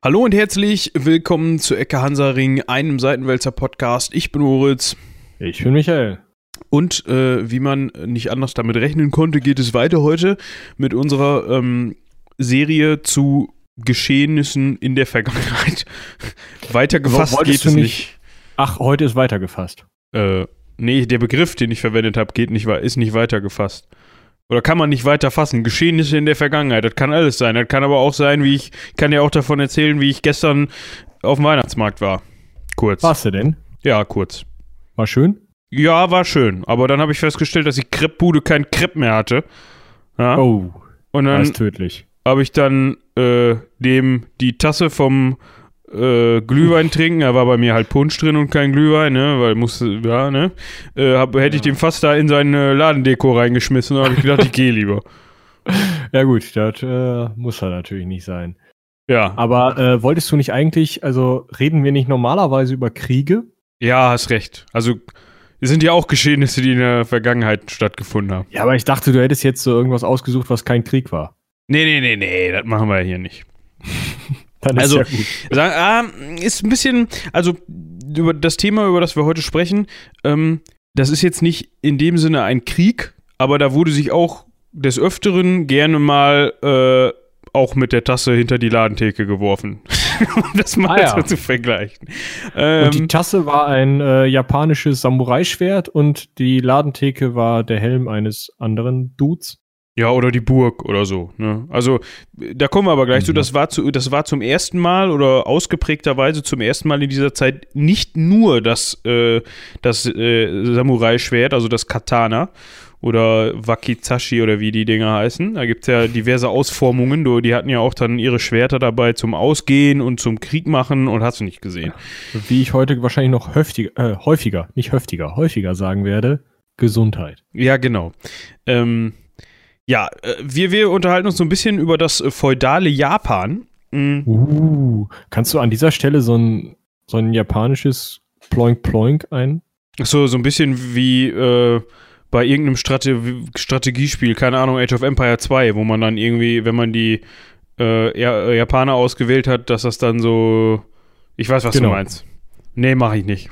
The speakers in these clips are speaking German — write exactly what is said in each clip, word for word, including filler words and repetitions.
Hallo und herzlich willkommen zu Ecke Hansaring, einem Seitenwälzer Podcast. Ich bin Moritz. Ich bin Michael. Und äh, wie man nicht anders damit rechnen konnte, geht es weiter heute mit unserer ähm, Serie zu Geschehnissen in der Vergangenheit. Weitergefasst geht es nicht. Ach, heute ist weitergefasst. Äh, nee, der Begriff, den ich verwendet habe, geht nicht, ist nicht weitergefasst. Oder kann man nicht weiter fassen. Geschehnisse in der Vergangenheit, das kann alles sein. Das kann aber auch sein, wie ich, kann ja auch davon erzählen, wie ich gestern auf dem Weihnachtsmarkt war. Kurz. Warst du denn? Ja, kurz. War schön? Ja, war schön. Aber dann habe ich festgestellt, dass die Crepe-Bude kein Crepe mehr hatte. Ja? Oh, und dann das ist tödlich. habe ich dann äh, dem die Tasse vom äh, Glühwein trinken, da war bei mir halt Punsch drin und kein Glühwein, ne, weil musste, ja, ne, äh, hab, hätte ich den fast da in seine Ladendeko reingeschmissen und habe ich gedacht, ich gehe lieber. Ja gut, das äh, muss ja natürlich nicht sein. Ja. Aber äh, wolltest du nicht eigentlich, also reden wir nicht normalerweise über Kriege? Ja, hast recht. Also es sind ja auch Geschehnisse, die in der Vergangenheit stattgefunden haben. Ja, aber ich dachte, du hättest jetzt so irgendwas ausgesucht, was kein Krieg war. Nee, nee, nee, nee, das machen wir ja hier nicht. Dann ist also, ja gut. Sagen, ah, ist ein bisschen, also über das Thema, über das wir heute sprechen, ähm, das ist jetzt nicht in dem Sinne ein Krieg, aber da wurde sich auch des Öfteren gerne mal äh, auch mit der Tasse hinter die Ladentheke geworfen. Um das mal ah, ja. so zu vergleichen. Ähm, und die ähm, Tasse war ein äh, japanisches Samurai-Schwert und die Ladentheke war der Helm eines anderen Dudes. Ja, oder die Burg oder so, ne? Also, da kommen wir aber gleich mhm. zu. Das war zu, das war zum ersten Mal oder ausgeprägterweise zum ersten Mal in dieser Zeit nicht nur das, äh, das äh, Samurai-Schwert, also das Katana oder Wakizashi oder wie die Dinger heißen. Da gibt es ja diverse Ausformungen. Die hatten ja auch dann ihre Schwerter dabei zum Ausgehen und zum Krieg machen und hast du nicht gesehen. Wie ich heute wahrscheinlich noch häufiger, äh, häufiger, nicht häufiger, häufiger sagen werde, Gesundheit. Ja, genau. Ähm, Ja, wir, wir unterhalten uns so ein bisschen über das feudale Japan. Mhm. Uh, kannst du an dieser Stelle so ein, so ein japanisches Ploink Ploink ein? So, so ein bisschen wie äh, bei irgendeinem Strate- Strategiespiel, keine Ahnung, Age of Empire zwei, wo man dann irgendwie, wenn man die äh, Japaner ausgewählt hat, dass das dann so, ich weiß, was genau. du meinst. Nee, mach ich nicht.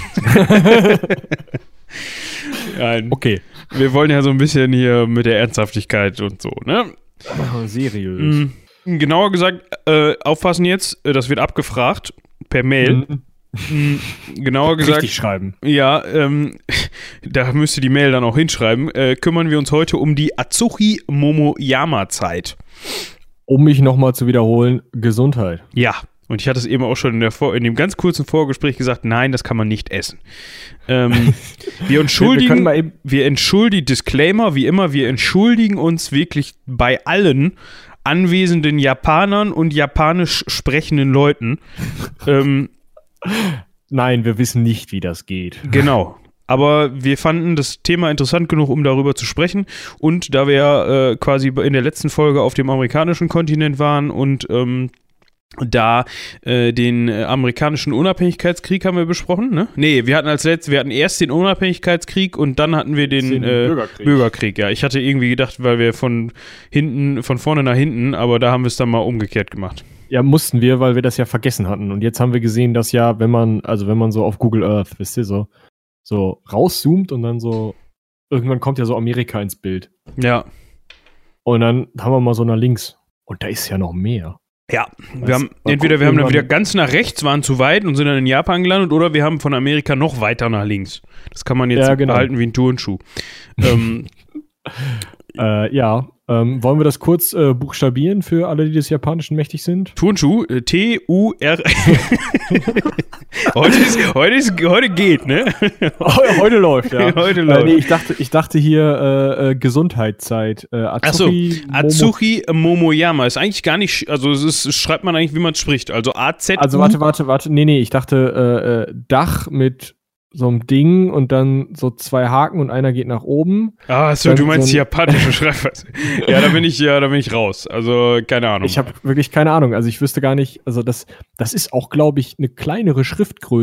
Nein. Okay. Wir wollen ja so ein bisschen hier mit der Ernsthaftigkeit und so, ne? Oh, seriös. Mhm. Genauer gesagt, äh, aufpassen jetzt, das wird abgefragt per Mail. Mhm. Mhm. Genauer gesagt. Richtig schreiben. Ja, ähm, da müsste die Mail dann auch hinschreiben. Äh, kümmern wir uns heute um die Azuchi Momoyama-Zeit. Um mich nochmal zu wiederholen, Gesundheit. Ja. Und ich hatte es eben auch schon in, der Vor- in dem ganz kurzen Vorgespräch gesagt, nein, das kann man nicht essen. Ähm, wir entschuldigen, wir, wir entschuldigen, Disclaimer, wie immer, wir entschuldigen uns wirklich bei allen anwesenden Japanern und japanisch sprechenden Leuten. ähm, nein, wir wissen nicht, wie das geht. Genau. Aber wir fanden das Thema interessant genug, um darüber zu sprechen. Und da wir äh, quasi in der letzten Folge auf dem amerikanischen Kontinent waren und ähm, da äh, den äh, amerikanischen Unabhängigkeitskrieg haben wir besprochen, ne? Nee, wir hatten als letztes, wir hatten erst den Unabhängigkeitskrieg und dann hatten wir den, den äh, Bürgerkrieg. Bürgerkrieg. Ja, ich hatte irgendwie gedacht, weil wir von hinten, von vorne nach hinten, aber da haben wir es dann mal umgekehrt gemacht. Ja, mussten wir, weil wir das ja vergessen hatten. Und jetzt haben wir gesehen, dass ja, wenn man, also wenn man so auf Google Earth, wisst ihr, so, so rauszoomt und dann so, irgendwann kommt ja so Amerika ins Bild. Ja. Und dann haben wir mal so nach links. Und da ist ja noch mehr. Ja, wir haben entweder wir haben dann wieder ganz nach rechts, waren zu weit und sind dann in Japan gelandet, oder wir haben von Amerika noch weiter nach links. Das kann man jetzt ja, genau. behalten wie ein Turnschuh. ähm, äh, ja, ähm, wollen wir das kurz äh, buchstabieren für alle, die des Japanischen mächtig sind? Turnschuh, äh, T U R heute, ist, heute, ist, heute geht, ne? Heute läuft, ja. Heute äh, läuft. Nee, ich dachte, ich dachte hier äh, äh, Gesundheitszeit. Äh, Azuchi, Achso, Azuchi Momoyama ist eigentlich gar nicht, also es ist, schreibt man eigentlich, wie man es spricht. Also A Z U. Also warte, warte, warte. Nee, nee, ich dachte äh, äh, Dach mit so einem Ding und dann so zwei Haken und einer geht nach oben. Ah, so, du meinst so die japanische Schreibweise. Ja, da bin ich, ja, da bin ich raus. Also, keine Ahnung. Ich habe wirklich keine Ahnung. Also, ich wüsste gar nicht, also das, das ist auch, glaube ich, eine kleinere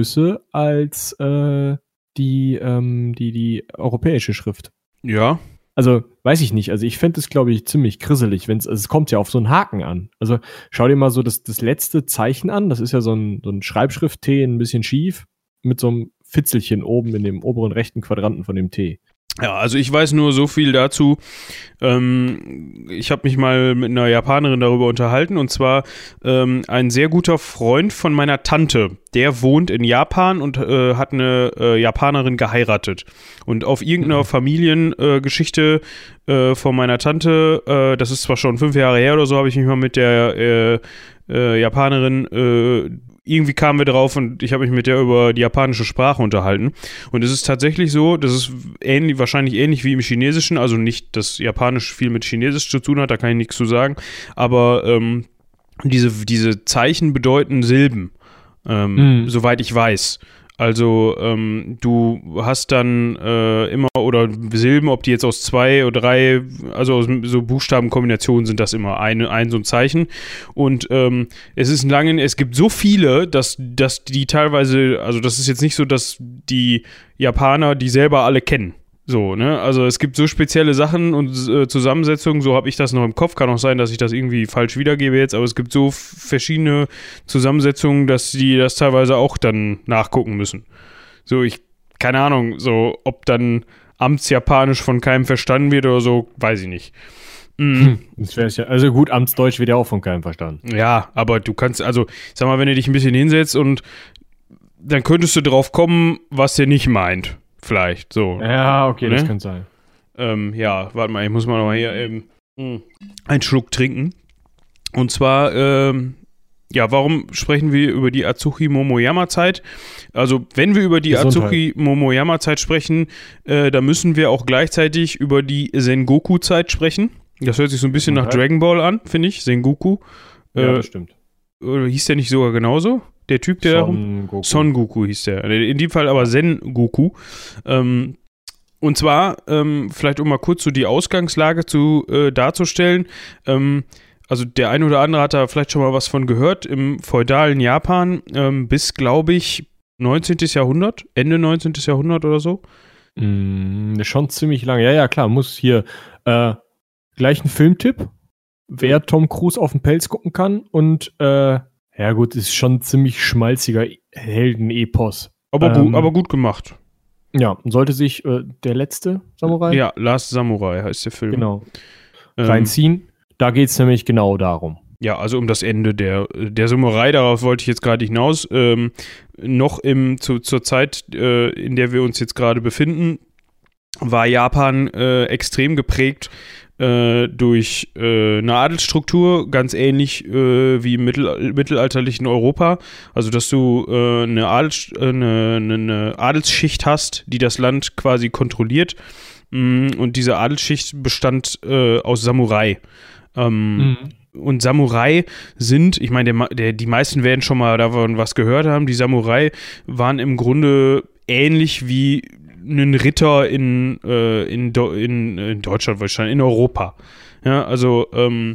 Schriftgröße als äh, die, ähm, die, die europäische Schrift. Ja. also weiß ich nicht, also ich fände es, glaube ich, ziemlich grisselig, wenn es, also es kommt ja auf so einen Haken an. Also schau dir mal so das, das letzte Zeichen an, das ist ja so ein, so ein Schreibschrift-T, ein bisschen schief, mit so einem Fitzelchen oben in dem oberen rechten Quadranten von dem T. Ja, also ich weiß nur so viel dazu. Ähm, ich habe mich mal mit einer Japanerin darüber unterhalten und zwar ähm, ein sehr guter Freund von meiner Tante, der wohnt in Japan und äh, hat eine äh, Japanerin geheiratet. Und auf irgendeiner mhm. Familiengeschichte äh, von meiner Tante, äh, das ist zwar schon fünf Jahre her oder so, habe ich mich mal mit der äh, äh, Japanerin äh, irgendwie kamen wir drauf und ich habe mich mit der über die japanische Sprache unterhalten. Und es ist tatsächlich so, das ist ähnlich, wahrscheinlich ähnlich wie im Chinesischen, also nicht, dass Japanisch viel mit Chinesisch zu tun hat, da kann ich nichts zu sagen, aber ähm, diese, diese Zeichen bedeuten Silben, ähm, mhm. soweit ich weiß. Also ähm, du hast dann äh, immer, oder Silben, ob die jetzt aus zwei oder drei, also aus so Buchstabenkombinationen sind das immer ein, ein so ein Zeichen. Und ähm, es ist lange, es gibt so viele, dass, dass die teilweise, also das ist jetzt nicht so, dass die Japaner die selber alle kennen. So, ne? Also es gibt so spezielle Sachen und äh, Zusammensetzungen, so habe ich das noch im Kopf. Kann auch sein, dass ich das irgendwie falsch wiedergebe jetzt, aber es gibt so f- verschiedene Zusammensetzungen, dass die das teilweise auch dann nachgucken müssen. So, ich, keine Ahnung, so, ob dann Amtsjapanisch von keinem verstanden wird oder so, weiß ich nicht. Mhm. Das wär's ja, also gut, Amtsdeutsch wird ja auch von keinem verstanden. Ja, aber du kannst, also, sag mal, wenn du dich ein bisschen hinsetzt und dann könntest du drauf kommen, was der nicht meint. Vielleicht, so. Ja, okay, ne? Das könnte sein. Ähm, ja, warte mal, ich muss mal noch mal hier eben ähm, einen Schluck trinken. Und zwar, ähm, ja, warum sprechen wir über die Azuchi-Momoyama-Zeit? Also, wenn wir über die Azuchi-Momoyama-Zeit sprechen, äh, da müssen wir auch gleichzeitig über die Sengoku-Zeit sprechen. Das hört sich so ein bisschen okay. nach Dragon Ball an, finde ich, Sengoku. Äh, ja, das stimmt. Oder hieß der nicht sogar genauso? Der Typ, der Son Goku. Son Goku hieß der. In dem Fall aber Sen Goku. Ähm, und zwar, ähm, vielleicht um mal kurz so die Ausgangslage zu, äh, darzustellen. Ähm, also der eine oder andere hat da vielleicht schon mal was von gehört. Im feudalen Japan ähm, bis, glaube ich, neunzehnten. Jahrhundert, Ende neunzehnten. Jahrhundert oder so. Mm, schon ziemlich lange. Ja, ja, klar. Muss hier äh, gleich ein Filmtipp. Wer Tom Cruise auf den Pelz gucken kann und äh, ja gut, ist schon ein ziemlich schmalziger Helden-Epos. Aber, ähm, gut, aber gut gemacht. Ja, sollte sich äh, der letzte Samurai? Ja, Last Samurai heißt der Film. Genau. Ähm, reinziehen. Da geht es nämlich genau darum. Ja, also um das Ende der, der Samurai, darauf wollte ich jetzt gerade hinaus. Ähm, noch im, zu, zur Zeit, äh, in der wir uns jetzt gerade befinden, war Japan äh, extrem geprägt äh, durch äh, eine Adelsstruktur, ganz ähnlich äh, wie im mittel, mittelalterlichen Europa. Also, dass du äh, eine, Adels, äh, eine, eine Adelsschicht hast, die das Land quasi kontrolliert. Und diese Adelsschicht bestand äh, aus Samurai. Ähm, mhm. Und Samurai sind, ich meine, der, der, die meisten werden schon mal davon was gehört haben, die Samurai waren im Grunde ähnlich wie ein Ritter in, äh, in, in, in Deutschland wahrscheinlich, in Europa. Ja, also ähm,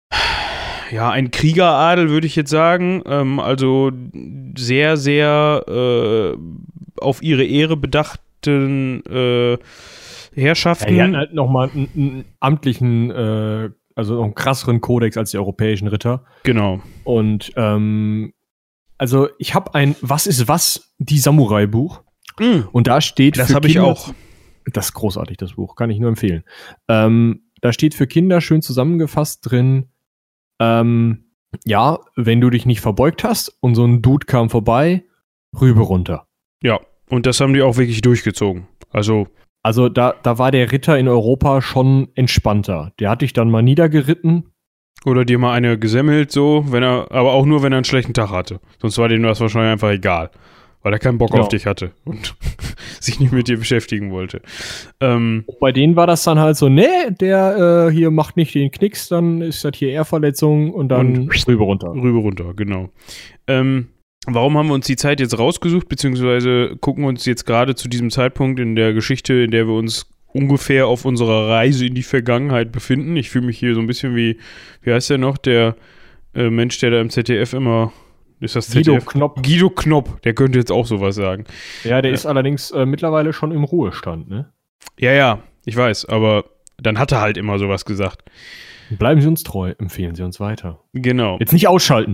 ja, ein Kriegeradel würde ich jetzt sagen, ähm, also sehr, sehr äh, auf ihre Ehre bedachten äh, Herrschaften. Ja, die hatten halt nochmal einen, einen amtlichen, äh, also noch einen krasseren Kodex als die europäischen Ritter. Genau. Und ähm, also ich habe ein Was ist was? Die Samurai-Buch. Mm. Und da steht Das habe ich auch. Das ist großartig, das Buch. Kann ich nur empfehlen. Ähm, da steht für Kinder schön zusammengefasst drin, ähm, ja, wenn du dich nicht verbeugt hast und so ein Dude kam vorbei, Rübe runter. Ja, und das haben die auch wirklich durchgezogen. Also Also da, da war der Ritter in Europa schon entspannter. Der hat dich dann mal niedergeritten. Oder dir mal eine gesemmelt, so, wenn er, aber auch nur, wenn er einen schlechten Tag hatte. Sonst war dem das wahrscheinlich einfach egal. Weil er keinen Bock genau. auf dich hatte und sich nicht mit dir beschäftigen wollte. Ähm, Bei denen war das dann halt so, nee, der äh, hier macht nicht den Knicks, dann ist das hier Ehrverletzung und dann und rüber runter. Rüber runter, genau. Ähm, Warum haben wir uns die Zeit jetzt rausgesucht, beziehungsweise gucken uns jetzt gerade zu diesem Zeitpunkt in der Geschichte, in der wir uns ungefähr auf unserer Reise in die Vergangenheit befinden? Ich fühle mich hier so ein bisschen wie, wie heißt der noch, der äh, Mensch, der da im Z D F immer, ist das Z D F? Guido Knopp. Guido Knopp, der könnte jetzt auch sowas sagen. Ja, der ja. ist allerdings äh, mittlerweile schon im Ruhestand, ne? Ja, ja, ich weiß, aber dann hat er halt immer sowas gesagt. Bleiben Sie uns treu, empfehlen Sie uns weiter. Genau. Jetzt nicht ausschalten.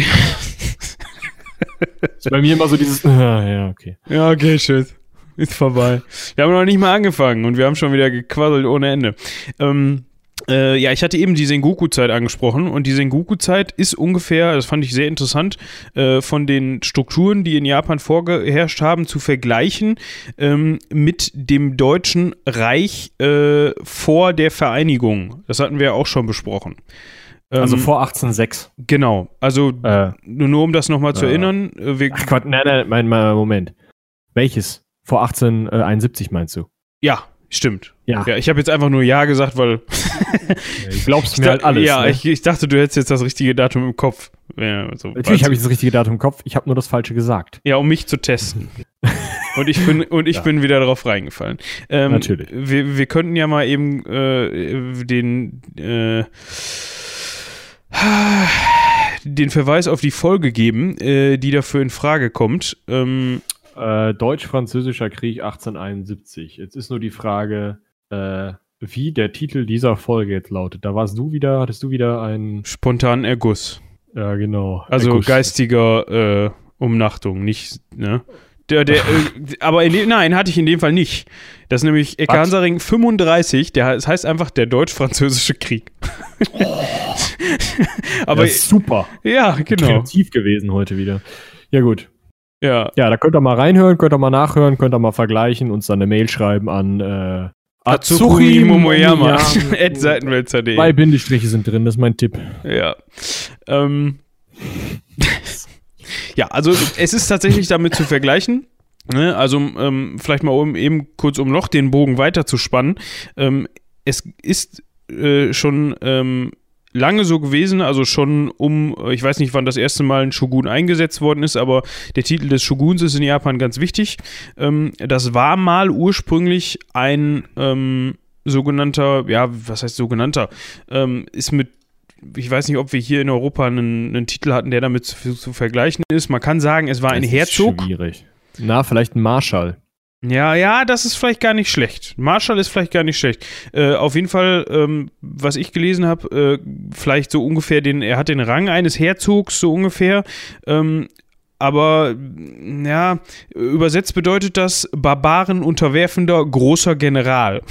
Ist bei mir immer so dieses, ah, ja, okay. Ja, okay, shit. Ist vorbei. Wir haben noch nicht mal angefangen und wir haben schon wieder gequasselt ohne Ende. Ähm, äh, ja, ich hatte eben die Sengoku-Zeit angesprochen und die Sengoku-Zeit ist ungefähr, das fand ich sehr interessant, äh, von den Strukturen, die in Japan vorgeherrscht haben, zu vergleichen ähm, mit dem Deutschen Reich äh, vor der Vereinigung. Das hatten wir ja auch schon besprochen. Also ähm, vor achtzehnhundertsechs. Genau, also Äh, nur, nur um das nochmal zu äh, erinnern. äh, Wir, Ach Gott, nein, nein, mein, mein Moment. Welches? Vor achtzehnhunderteinundsiebzig meinst du? ja, stimmt. Ja. Ja, ich habe jetzt einfach nur Ja gesagt, weil Du glaubst ich mir da- halt alles. Ja, ne? ich, ich dachte, du hättest jetzt das richtige Datum im Kopf. Ja, so, Natürlich habe ich das richtige Datum im Kopf, ich habe nur das Falsche gesagt. Ja, um mich zu testen. Und ich bin, und ich Ja. bin wieder drauf reingefallen. Ähm, Natürlich. Wir, wir könnten ja mal eben äh, den, äh, den Verweis auf die Folge geben, äh, die dafür in Frage kommt. Ähm, Äh, Deutsch-Französischer Krieg achtzehnhunderteinundsiebzig. Jetzt ist nur die Frage, äh, wie der Titel dieser Folge jetzt lautet. Da warst du wieder, hattest du wieder ein, spontanen Erguss. ja genau. Also Erguss. geistiger äh, Umnachtung, nicht, ne? Der, der, äh, aber in dem, nein, hatte ich in dem Fall nicht. Das ist nämlich Ekansaring fünfunddreißig, der, das heißt einfach der Deutsch-Französische Krieg. aber das ist super. ja, genau. Kreativ gewesen heute wieder. Ja gut. Ja. Ja, da könnt ihr mal reinhören, könnt ihr mal nachhören, könnt ihr mal vergleichen, uns dann eine Mail schreiben an äh, Atsuri Momoyama at seitenwälzer punkt de. Zwei Bindestriche sind drin, das ist mein Tipp. Ja. Ähm. Ja, also es ist tatsächlich damit zu vergleichen. Ne? Also ähm, vielleicht mal um, eben kurz, um noch den Bogen weiter zu spannen. Ähm, es ist äh, schon ähm, lange so gewesen, also schon um, ich weiß nicht, wann das erste Mal ein Shogun eingesetzt worden ist, aber der Titel des Shoguns ist in Japan ganz wichtig. Ähm, das war mal ursprünglich ein ähm, sogenannter, ja, was heißt sogenannter, ähm, ist mit, ich weiß nicht, ob wir hier in Europa einen, einen Titel hatten, der damit zu, zu vergleichen ist. Man kann sagen, es war ein Das Herzog. Ist schwierig. Na, vielleicht ein Marschall. Ja, ja, das ist vielleicht gar nicht schlecht. Marschall ist vielleicht gar nicht schlecht. Äh, auf jeden Fall, ähm, was ich gelesen habe, äh, vielleicht so ungefähr den, er hat den Rang eines Herzogs, so ungefähr. Ähm, aber, ja, übersetzt bedeutet das Barbaren unterwerfender großer General.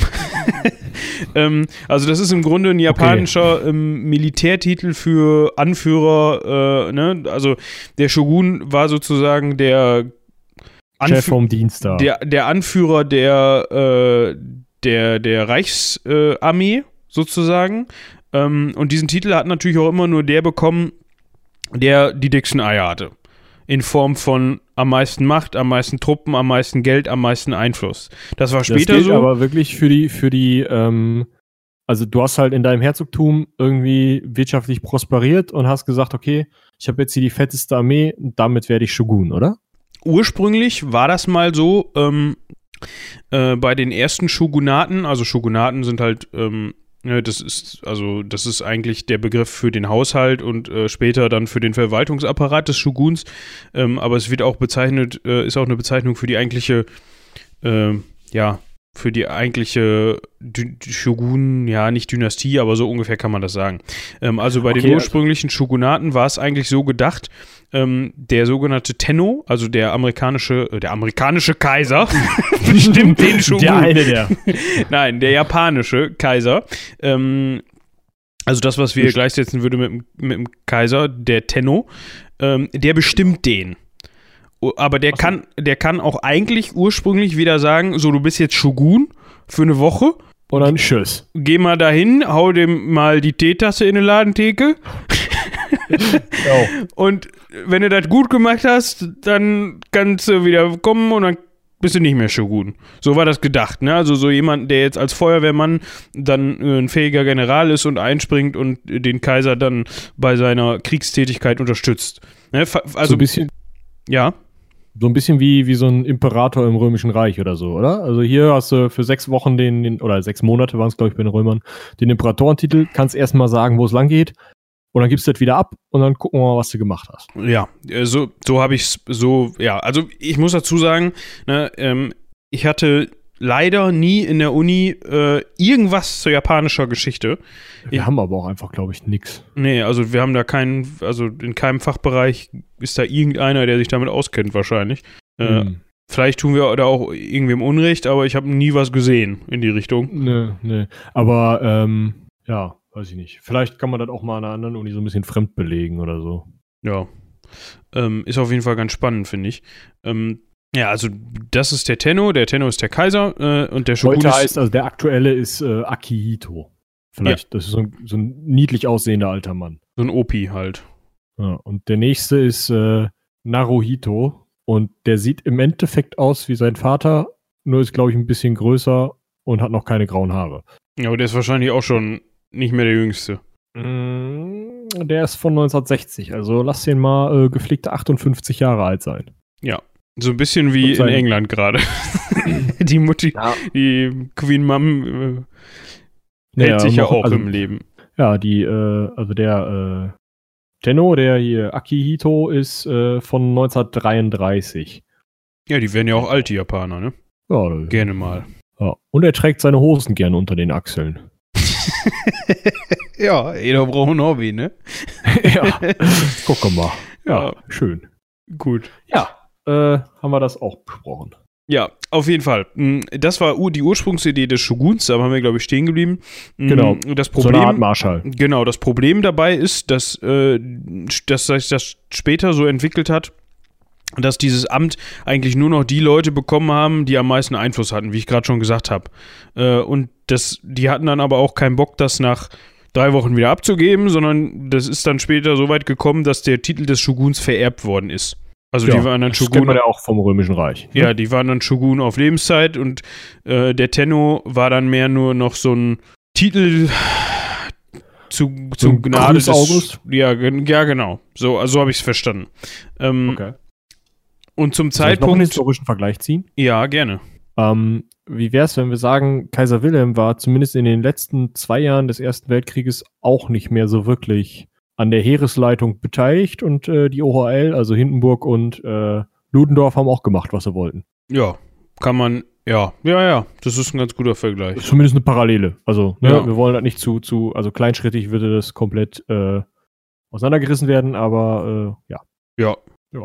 ähm, also das ist im Grunde ein japanischer okay. ähm, Militärtitel für Anführer, äh, ne? Also der Shogun war sozusagen der Anf- Chef vom Dienst da. Der, der Anführer der, äh, der, der Reichsarmee äh, sozusagen. Ähm, und diesen Titel hat natürlich auch immer nur der bekommen, der die dicksten Eier hatte. In Form von am meisten Macht, am meisten Truppen, am meisten Geld, am meisten Einfluss. Das war später das gilt so. Aber wirklich für die, für die, ähm, also du hast halt in deinem Herzogtum irgendwie wirtschaftlich prosperiert und hast gesagt, okay, ich habe jetzt hier die fetteste Armee und damit werde ich Shogun, oder? Ursprünglich war das mal so, ähm, äh, bei den ersten Shogunaten, also Shogunaten sind halt, ähm, ja, das ist, also das ist eigentlich der Begriff für den Haushalt und äh, später dann für den Verwaltungsapparat des Shoguns, ähm, aber es wird auch bezeichnet, äh, ist auch eine Bezeichnung für die eigentliche, äh, ja, für die eigentliche Dy- Shogun, ja, nicht Dynastie, aber so ungefähr kann man das sagen. Ähm, also bei Okay, den ursprünglichen Shogunaten war es eigentlich so gedacht, ähm, der sogenannte Tenno, also der amerikanische, äh, der amerikanische Kaiser, bestimmt den Shogun. Der eine, der. Nein, der japanische Kaiser, ähm, also das, was wir Best- gleichsetzen würde mit, dem- mit dem Kaiser, der Tenno, ähm, der bestimmt den. O- Aber der Ach so. kann, der kann auch eigentlich ursprünglich wieder sagen, so, du bist jetzt Shogun für eine Woche, Und dann tschüss. geh mal dahin, hau dem mal die Teetasse in eine Ladentheke Oh. und wenn du das gut gemacht hast, dann kannst du wieder kommen und dann bist du nicht mehr Shogun. So war das gedacht, ne? Also so jemand, der jetzt als Feuerwehrmann dann äh, ein fähiger General ist und einspringt und äh, den Kaiser dann bei seiner Kriegstätigkeit unterstützt. Ne? Fa- So Also, ein bisschen, ja. so ein bisschen wie, wie so ein Imperator im Römischen Reich oder so, oder? Also hier hast du für sechs Wochen den, den oder sechs Monate waren es, glaube ich, bei den Römern, den Imperatorentitel, kannst erstmal sagen, wo es lang geht. Und dann gibst du das wieder ab und dann gucken wir mal, was du gemacht hast. Ja, äh, so, so habe ich es, so, ja, also ich muss dazu sagen, ne, ähm, ich hatte leider nie in der Uni äh, irgendwas zur japanischer Geschichte. Wir ich, haben aber auch einfach, glaube ich, nix. Nee, also wir haben da keinen, also in keinem Fachbereich ist da irgendeiner, der sich damit auskennt wahrscheinlich. Äh, hm. Vielleicht tun wir da auch irgendwem Unrecht, aber ich habe nie was gesehen in die Richtung. Nee, nee. Aber, ähm, ja, weiß ich nicht. Vielleicht kann man das auch mal an einer anderen Uni so ein bisschen fremd belegen oder so. Ja. Ähm, ist auf jeden Fall ganz spannend, finde ich. Ähm, ja, also das ist der Tenno, der Tenno ist der Kaiser äh, und der Shogun Heute ist... heißt, also der aktuelle ist äh, Akihito. Vielleicht, ja. Das ist so ein, so ein niedlich aussehender alter Mann. So ein Opi halt. Ja, und der nächste ist äh, Naruhito. Und der sieht im Endeffekt aus wie sein Vater, nur ist, glaube ich, ein bisschen größer und hat noch keine grauen Haare. Ja, aber der ist wahrscheinlich auch schon nicht mehr der Jüngste. Mm, der ist von neunzehnhundertsechzig, also lass den mal äh, gepflegte achtundfünfzig Jahre alt sein. Ja, so ein bisschen wie in England gerade. Die Mutti, ja. Die Queen Mum äh, hält ja, sich ja auch also, im Leben. Ja, die, äh, also der, äh, Tenno, der hier Akihito, ist äh, von neunzehnhundertdreiunddreißig. Ja, die werden ja auch alt, die Japaner, ne? Ja. Gerne mal. Ja. Und er trägt seine Hosen gerne unter den Achseln. Ja, jeder braucht ein Hobby, ne? Ja, guck mal. Ja, ja, schön. Gut. Ja, äh, haben wir das auch besprochen. Ja, auf jeden Fall. Das war die Ursprungsidee des Shoguns, da waren wir, glaube ich, stehen geblieben. Genau, das Problem, so eine Art Marschall. Genau, das Problem dabei ist, dass, äh, dass sich das später so entwickelt hat, dass dieses Amt eigentlich nur noch die Leute bekommen haben, die am meisten Einfluss hatten, wie ich gerade schon gesagt habe. Äh, und das, die hatten dann aber auch keinen Bock, das nach drei Wochen wieder abzugeben, sondern das ist dann später so weit gekommen, dass der Titel des Shoguns vererbt worden ist. Also ja, die waren dann das Shogun. Das kennt man ja auch vom Römischen Reich. Ne? Ja, die waren dann Shogun auf Lebenszeit und äh, der Tenno war dann mehr nur noch so ein Titel zu, zu so Gnade des August. Ja, ja, genau. So, also so habe ich es verstanden. Ähm, okay. Und zum Soll Zeitpunkt. Ich noch einen historischen Vergleich ziehen? Ja, gerne. Ähm, wie wäre es, wenn wir sagen, Kaiser Wilhelm war zumindest in den letzten zwei Jahren des Ersten Weltkrieges auch nicht mehr so wirklich an der Heeresleitung beteiligt und äh, die O H L, also Hindenburg und äh, Ludendorff, haben auch gemacht, was sie wollten. Ja, kann man, ja, ja, ja, das ist ein ganz guter Vergleich. Das ist zumindest eine Parallele. Also, ne, ja. Wir wollen das nicht zu, zu, also kleinschrittig würde das komplett äh, auseinandergerissen werden, aber äh, ja. Ja. Ja.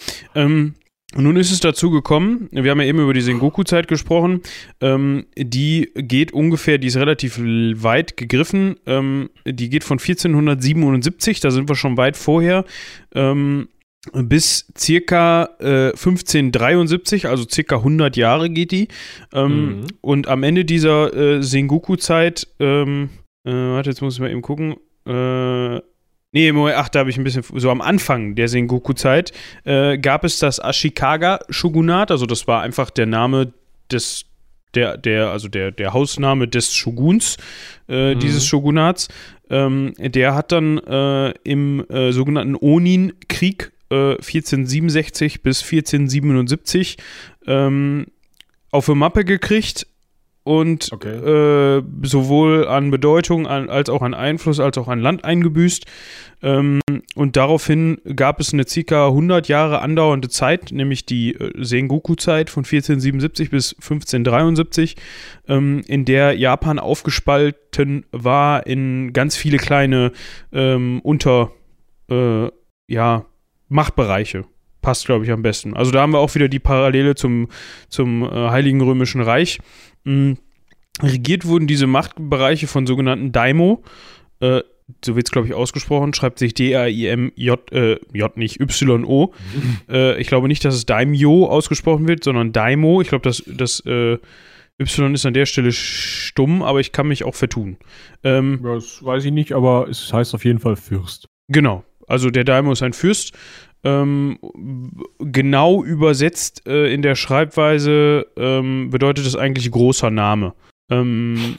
Ähm, nun ist es dazu gekommen, wir haben ja eben über die Sengoku-Zeit gesprochen, ähm, die geht ungefähr, die ist relativ weit gegriffen, ähm, die geht von vierzehnhundertsiebenundsiebzig, da sind wir schon weit vorher, ähm, bis circa äh, fünfzehnhundertdreiundsiebzig, also circa hundert Jahre geht die. Ähm, mhm. Und am Ende dieser äh, Sengoku-Zeit, ähm, äh, warte, jetzt muss ich mal eben gucken, äh, Nee, ach, da habe ich ein bisschen, so am Anfang der Sengoku-Zeit äh, gab es das Ashikaga-Shogunat, also das war einfach der Name des, der, der, also der, der Hausname des Shoguns, äh, mhm. dieses Shogunats. Ähm, der hat dann äh, im äh, sogenannten Onin-Krieg äh, vierzehnhundertsiebenundsechzig bis vierzehnhundertsiebenundsiebzig ähm, auf die Mappe gekriegt. Und okay. äh, sowohl an Bedeutung an, als auch an Einfluss als auch an Land eingebüßt. Ähm, und daraufhin gab es eine ca. hundert Jahre andauernde Zeit, nämlich die äh, Sengoku-Zeit von vierzehnhundertsiebenundsiebzig bis fünfzehnhundertdreiundsiebzig, ähm, in der Japan aufgespalten war in ganz viele kleine ähm, Unter, äh, ja, Machtbereiche. Passt, glaube ich, am besten. Also da haben wir auch wieder die Parallele zum, zum äh, Heiligen Römischen Reich. Mhm. Regiert wurden diese Machtbereiche von sogenannten Daimyo, äh, so wird es, glaube ich, ausgesprochen, schreibt sich D A I M J, äh, J nicht, Y O. Mhm. Äh, ich glaube nicht, dass es Daimyo ausgesprochen wird, sondern Daimyo. Ich glaube, das, das äh, Y ist an der Stelle stumm, aber ich kann mich auch vertun. Ähm, ja, das weiß ich nicht, aber es heißt auf jeden Fall Fürst. Genau, also der Daimyo ist ein Fürst. Ähm, genau übersetzt äh, in der Schreibweise ähm, bedeutet es eigentlich großer Name. Ähm,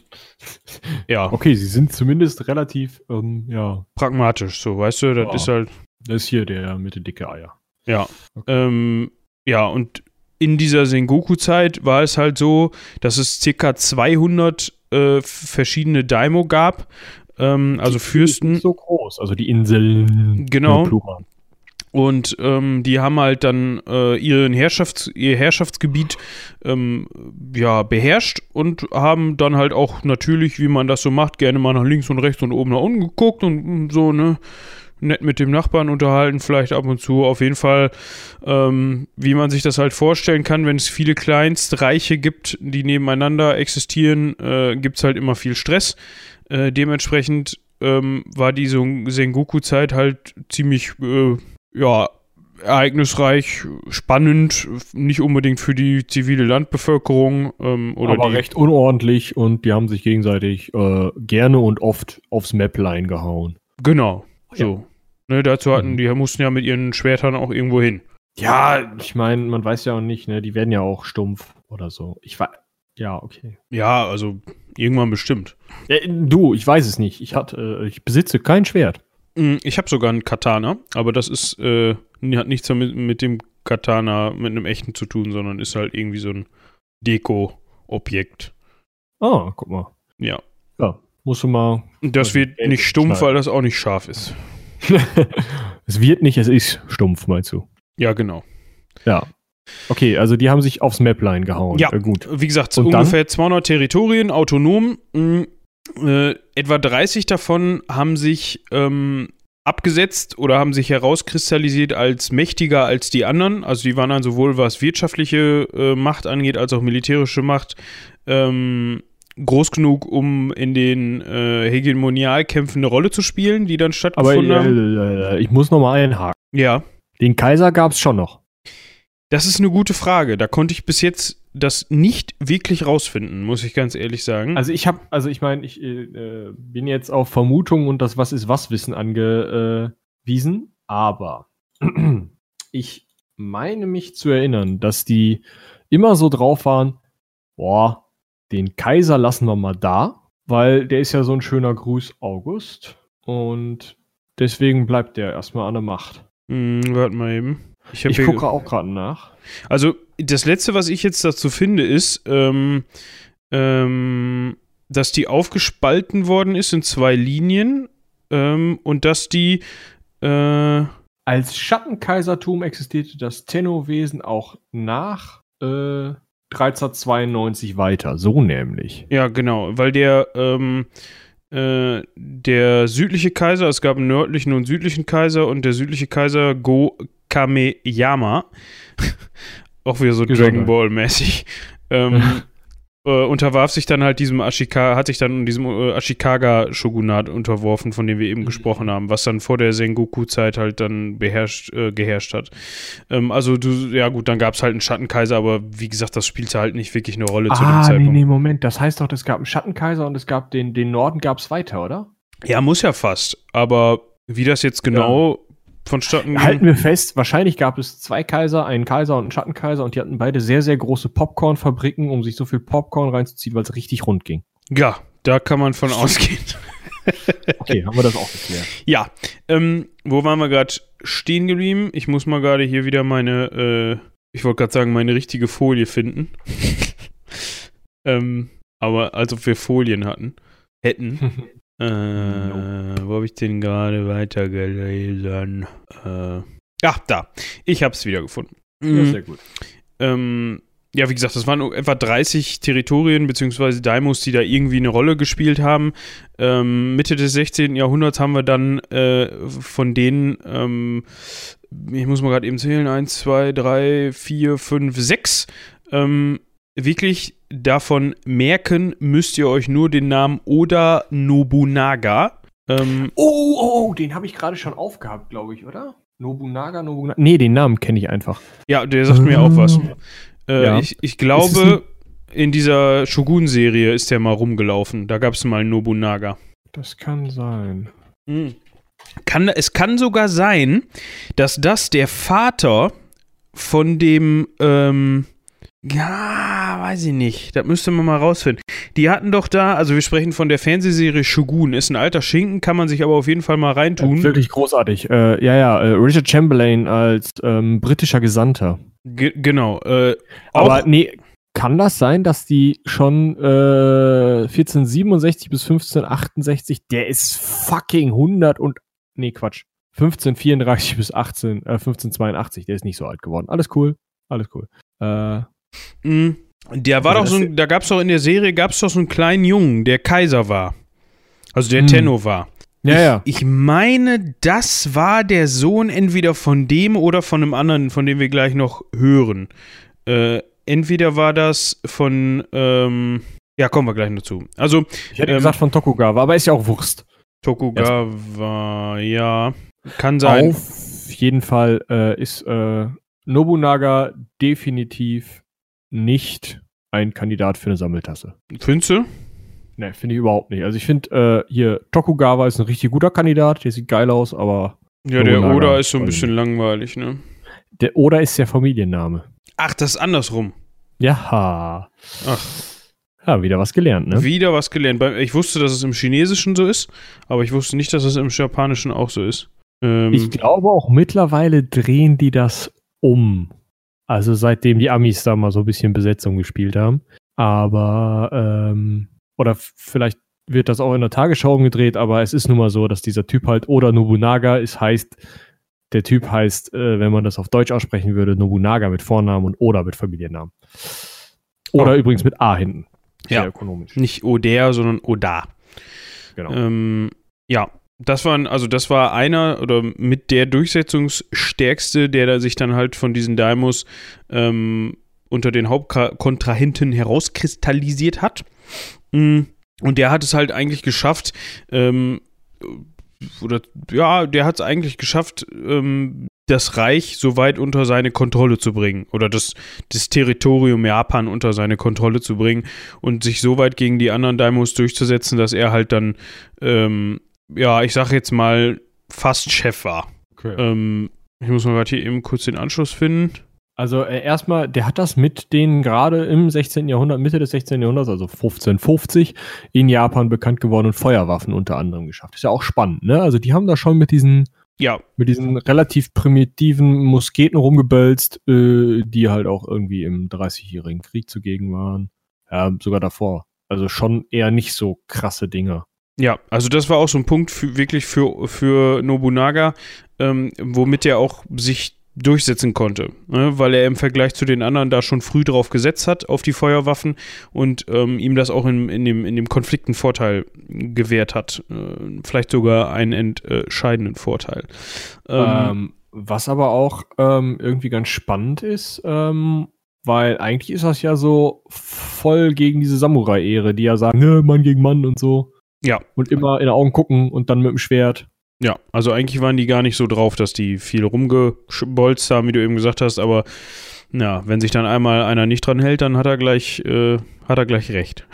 ja. Okay, sie sind zumindest relativ, ähm, ja. pragmatisch, so, weißt du, das ja. ist halt. Das ist hier der mit den dicke Eier. Ja. Okay. Ähm, ja, und in dieser Sengoku-Zeit war es halt so, dass es ca. zweihundert äh, verschiedene Daimyo gab, ähm, also die Fürsten. Sind so groß, also die Inseln. Genau. Und ähm, die haben halt dann äh, ihren Herrschafts-, ihr Herrschaftsgebiet ähm, ja, beherrscht und haben dann halt auch natürlich, wie man das so macht, gerne mal nach links und rechts und oben nach unten geguckt und so, ne, nett mit dem Nachbarn unterhalten, vielleicht ab und zu. Auf jeden Fall, ähm, wie man sich das halt vorstellen kann, wenn es viele Kleinstreiche gibt, die nebeneinander existieren, äh, gibt es halt immer viel Stress. Äh, dementsprechend ähm, war diese Sengoku-Zeit halt ziemlich äh, ja, ereignisreich, spannend, nicht unbedingt für die zivile Landbevölkerung. Ähm, oder aber die, recht unordentlich und die haben sich gegenseitig äh, gerne und oft aufs Mäpplein gehauen. Genau, Ja. so. Ne, dazu hatten, Mhm. die mussten ja mit ihren Schwertern auch irgendwo hin. Ja, ich meine, man weiß ja auch nicht, ne? Die werden ja auch stumpf oder so. Ich war. Ja, okay. Ja, also irgendwann bestimmt. Ja, du, ich weiß es nicht. Ich hatte, äh, ich besitze kein Schwert. Ich habe sogar einen Katana, aber das ist, äh, hat nichts mit, mit dem Katana, mit einem echten zu tun, sondern ist halt irgendwie so ein Deko-Objekt. Ah, guck mal. Ja. Ja, musst du mal. Und das Also, wird Geld nicht stumpf, schneiden. weil das auch nicht scharf ist. Es wird nicht, es ist stumpf, meinst du? Ja, genau. Ja. Okay, also die haben sich aufs Mäpplein gehauen. Ja, äh, gut. Wie gesagt, Und ungefähr zweihundert Territorien, autonom. Mh, äh, etwa dreißig davon haben sich ähm, abgesetzt oder haben sich herauskristallisiert als mächtiger als die anderen. Also die waren dann sowohl, was wirtschaftliche äh, Macht angeht, als auch militärische Macht ähm, groß genug, um in den äh, Hegemonialkämpfen eine Rolle zu spielen, die dann Aber stattgefunden haben. äh, äh, ich muss noch mal einhaken. Ja, Den Kaiser gab es schon noch. das ist eine gute Frage. Da konnte ich bis jetzt das nicht wirklich rausfinden, muss ich ganz ehrlich sagen. Also ich habe, also ich meine, ich äh, bin jetzt auf Vermutungen und das Was ist was Wissen angewiesen, aber ich meine mich zu erinnern, dass die immer so drauf waren, boah, den Kaiser lassen wir mal da, weil der ist ja so ein schöner Gruß August und deswegen bleibt der erstmal an der Macht. Hm, warte mal eben. Ich, hab Ich hier- gucke auch gerade nach. Also, das Letzte, was ich jetzt dazu finde, ist, ähm, ähm, dass die aufgespalten worden ist in zwei Linien ähm, und dass die äh, Als Schattenkaisertum existierte das Tenno-Wesen auch nach äh, dreizehnhundertzweiundneunzig weiter. So nämlich. ja, genau, weil der ähm, äh, der südliche Kaiser, es gab einen nördlichen und südlichen Kaiser und der südliche Kaiser Go Kameyama, auch wieder so Gesundheit. Dragon Ball mäßig, ähm, äh, unterwarf sich dann halt diesem Ashika, hat sich dann diesem äh, Ashikaga-Shogunat unterworfen, von dem wir eben Mhm. gesprochen haben, was dann vor der Sengoku-Zeit halt dann beherrscht, äh, geherrscht hat. Ähm, also du, ja gut, dann gab es halt einen Schattenkaiser, aber wie gesagt, das spielte halt nicht wirklich eine Rolle zu dem Ah, nee, Zeitpunkt. nee, Moment. Das heißt doch, es gab einen Schattenkaiser und es gab den, den Norden gab es weiter, oder? Ja, muss ja fast, aber wie das jetzt genau vonstatten ging. Halten wir fest, wahrscheinlich gab es zwei Kaiser, einen Kaiser und einen Schattenkaiser und die hatten beide sehr, sehr große Popcorn-Fabriken, um sich so viel Popcorn reinzuziehen, weil es richtig rund ging. Ja, da kann man von ausgehen. Okay, haben wir das auch geklärt. Ja, ähm, wo waren wir gerade stehen geblieben? Ich muss mal gerade hier wieder meine, äh, ich wollte gerade sagen, meine richtige Folie finden. ähm, aber als ob wir Folien hatten. Hätten. äh, wo habe ich den gerade weitergelesen? Äh, ach, da. Ich habe es wieder gefunden. Ja, Mhm. sehr gut. Ähm, ja, wie gesagt, das waren etwa dreißig Territorien bzw. Daimos, die da irgendwie eine Rolle gespielt haben. Ähm, Mitte des sechzehnten. Jahrhunderts haben wir dann äh, von denen, ähm, ich muss mal gerade eben zählen, eins, zwei, drei, vier, fünf, sechs. Ähm, wirklich davon merken müsst ihr euch nur den Namen Oda Nobunaga. Ähm, Oh, oh, oh, den habe ich gerade schon aufgehabt, glaube ich, oder? Nobunaga, Nobunaga. Nee, den Namen kenne ich einfach. ja, der sagt mir auch was. Äh, Ja. ich, ich Ist es glaube, in dieser Shogun-Serie ist der mal rumgelaufen. Da gab es mal einen Nobunaga. Das kann sein. Kann, es kann sogar sein, dass das der Vater von dem, ähm, ja, weiß ich nicht. Das müsste man mal rausfinden. Die hatten doch da, also wir sprechen von der Fernsehserie Shogun. Ist ein alter Schinken, kann man sich aber auf jeden Fall mal reintun. Wirklich großartig. Äh, ja, ja, äh, Richard Chamberlain als ähm, britischer Gesandter. Ge genau. Äh, auch, Aber nee, kann das sein, dass die schon äh, vierzehnhundertsiebenundsechzig bis fünfzehnhundertachtundsechzig, der ist fucking hundert und, nee, Quatsch, fünfzehnhundertvierunddreißig bis achtzehn, äh, fünfzehnhundertzweiundachtzig, der ist nicht so alt geworden. Alles cool, alles cool. Äh, mhm. Der war doch so ein, da gab es doch in der Serie, gab es doch so einen kleinen Jungen, der Kaiser war. Also der hm. Tenno war. Ja, ich, ja. Ich meine, das war der Sohn entweder von dem oder von einem anderen, von dem wir gleich noch hören. Äh, entweder war das von, ähm, ja, kommen wir gleich noch zu. Also, ich hätte ähm, gesagt von Tokugawa, aber ist ja auch Wurst. Tokugawa, ja, kann sein. Auf jeden Fall äh, ist äh, Nobunaga definitiv nicht ein Kandidat für eine Sammeltasse. Findest du? Ne, finde ich überhaupt nicht. Also ich finde, äh, hier, Tokugawa ist ein richtig guter Kandidat, der sieht geil aus, aber ja, der Oda ist so ein bisschen langweilig, ne? Der Oda ist der Familienname. Ach, das ist andersrum. Ja. Ach. Ja, wieder was gelernt, ne? Wieder was gelernt. Ich wusste, dass es im Chinesischen so ist, aber ich wusste nicht, dass es im Japanischen auch so ist. Ähm, ich glaube auch mittlerweile drehen die das um. Also seitdem die Amis da mal so ein bisschen Besetzung gespielt haben. Aber, ähm, oder vielleicht wird das auch in der Tagesschau umgedreht, aber es ist nun mal so, dass dieser Typ halt Oda Nobunaga ist, heißt, der Typ heißt, äh, wenn man das auf Deutsch aussprechen würde, Nobunaga mit Vornamen und Oda mit Familiennamen. Oder oh. übrigens mit A hinten. Sehr ja, ökonomisch. Nicht Oder, sondern Oda. Genau. Ähm, ja, das war, also das war einer oder mit der durchsetzungsstärkste, der da sich dann halt von diesen Daimos ähm, unter den Hauptkontrahenten herauskristallisiert hat. Und der hat es halt eigentlich geschafft, ähm, oder ja, der hat es eigentlich geschafft, ähm, das Reich so weit unter seine Kontrolle zu bringen oder das, das Territorium Japan unter seine Kontrolle zu bringen und sich so weit gegen die anderen Daimos durchzusetzen, dass er halt dann, ähm, ja, ich sag jetzt mal, fast Chef war. Okay. Ähm, ich muss mal gerade hier eben kurz den Anschluss finden. Also äh, erstmal, der hat das mit denen gerade im sechzehnten Jahrhundert, Mitte des sechzehnten Jahrhunderts, also fünfzehnhundertfünfzig, in Japan bekannt geworden und Feuerwaffen unter anderem geschafft. Ist ja auch spannend, ne? Also die haben da schon mit diesen Ja. Mit diesen relativ primitiven Musketen rumgebölzt, äh, die halt auch irgendwie im dreißigjährigen Krieg zugegen waren. Ja, sogar davor. Also schon eher nicht so krasse Dinger. Ja, also das war auch so ein Punkt für, wirklich für, für Nobunaga, ähm, womit er auch sich durchsetzen konnte, ne? Weil er im Vergleich zu den anderen da schon früh drauf gesetzt hat, auf die Feuerwaffen und ähm, ihm das auch in, in, dem, in dem Konflikt einen Vorteil gewährt hat. Äh, vielleicht sogar einen entscheidenden Vorteil. Ähm, ähm, was aber auch ähm, irgendwie ganz spannend ist, ähm, weil eigentlich ist das ja so voll gegen diese Samurai-Ehre, die ja sagen, ne, Mann gegen Mann und so. Ja. Und immer in die Augen gucken und dann mit dem Schwert. Ja, also eigentlich waren die gar nicht so drauf, dass die viel rumgebolzt haben, wie du eben gesagt hast, aber ja, wenn sich dann einmal einer nicht dran hält, dann hat er gleich, äh, hat er gleich recht.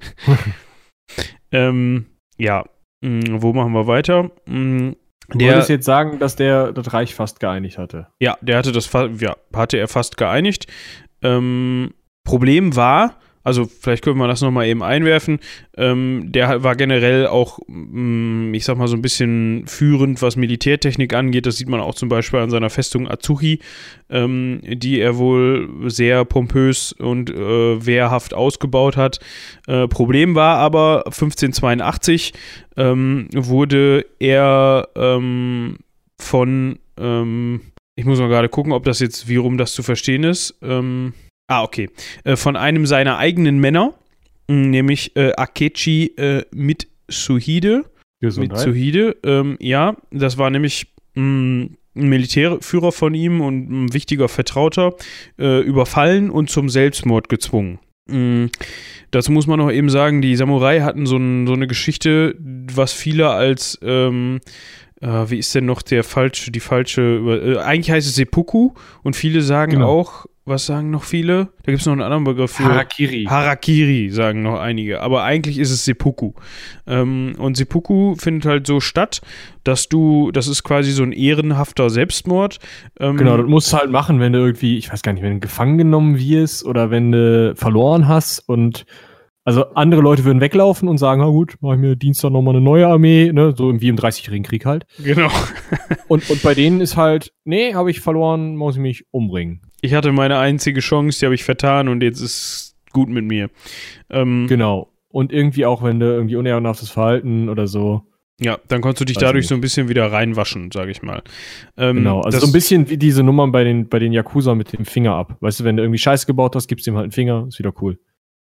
ähm, ja, mh, wo machen wir weiter? Mh, du wolltest jetzt sagen, dass der das Reich fast geeinigt hatte. Ja, der hatte das, ja, hatte er fast geeinigt. Ähm, Problem war, also vielleicht können wir das nochmal eben einwerfen, ähm, der war generell auch, mh, ich sag mal so ein bisschen führend, was Militärtechnik angeht. Das sieht man auch zum Beispiel an seiner Festung Azuchi, ähm, die er wohl sehr pompös und äh, wehrhaft ausgebaut hat. Äh, Problem war aber, fünfzehnhundertzweiundachtzig ähm, wurde er ähm, von, ähm, ich muss mal gerade gucken, ob das jetzt, wie rum das zu verstehen ist, ähm, Ah, okay. Äh, von einem seiner eigenen Männer, mh, nämlich äh, Akechi äh, Mitsuhide. Mitsuhide, ähm, ja, das war nämlich mh, ein Militärführer von ihm und ein wichtiger Vertrauter, äh, überfallen und zum Selbstmord gezwungen. Mh, dazu muss man noch eben sagen, die Samurai hatten so, ein, so eine Geschichte, was viele als ähm, Uh, wie ist denn noch der falsche, die falsche, äh, eigentlich heißt es Seppuku und viele sagen genau. auch, was sagen noch viele? Da gibt es noch einen anderen Begriff für. Harakiri. Harakiri, sagen noch einige, aber eigentlich ist es Seppuku. Ähm, und Seppuku findet halt so statt, dass du, das ist quasi so ein ehrenhafter Selbstmord. Ähm, genau, das musst du halt machen, wenn du irgendwie, ich weiß gar nicht, wenn du gefangen genommen wirst oder wenn du verloren hast und also andere Leute würden weglaufen und sagen, na gut, mach ich mir Dienstag nochmal eine neue Armee, ne, so wie im dreißigjährigen Krieg halt. Genau. und, und bei denen ist halt, nee, habe ich verloren, muss ich mich umbringen. Ich hatte meine einzige Chance, die habe ich vertan und jetzt ist gut mit mir. Ähm, genau. Und irgendwie auch, wenn du irgendwie unehrenhaftes Verhalten oder so, Ja, dann konntest du dich Weiß dadurch nicht. so ein bisschen wieder reinwaschen, sage ich mal. Ähm, Genau, also das, so ein bisschen wie diese Nummern bei den, bei den Yakuza mit dem Finger ab. Weißt du, wenn du irgendwie Scheiße gebaut hast, gibst du ihm halt einen Finger, ist wieder cool.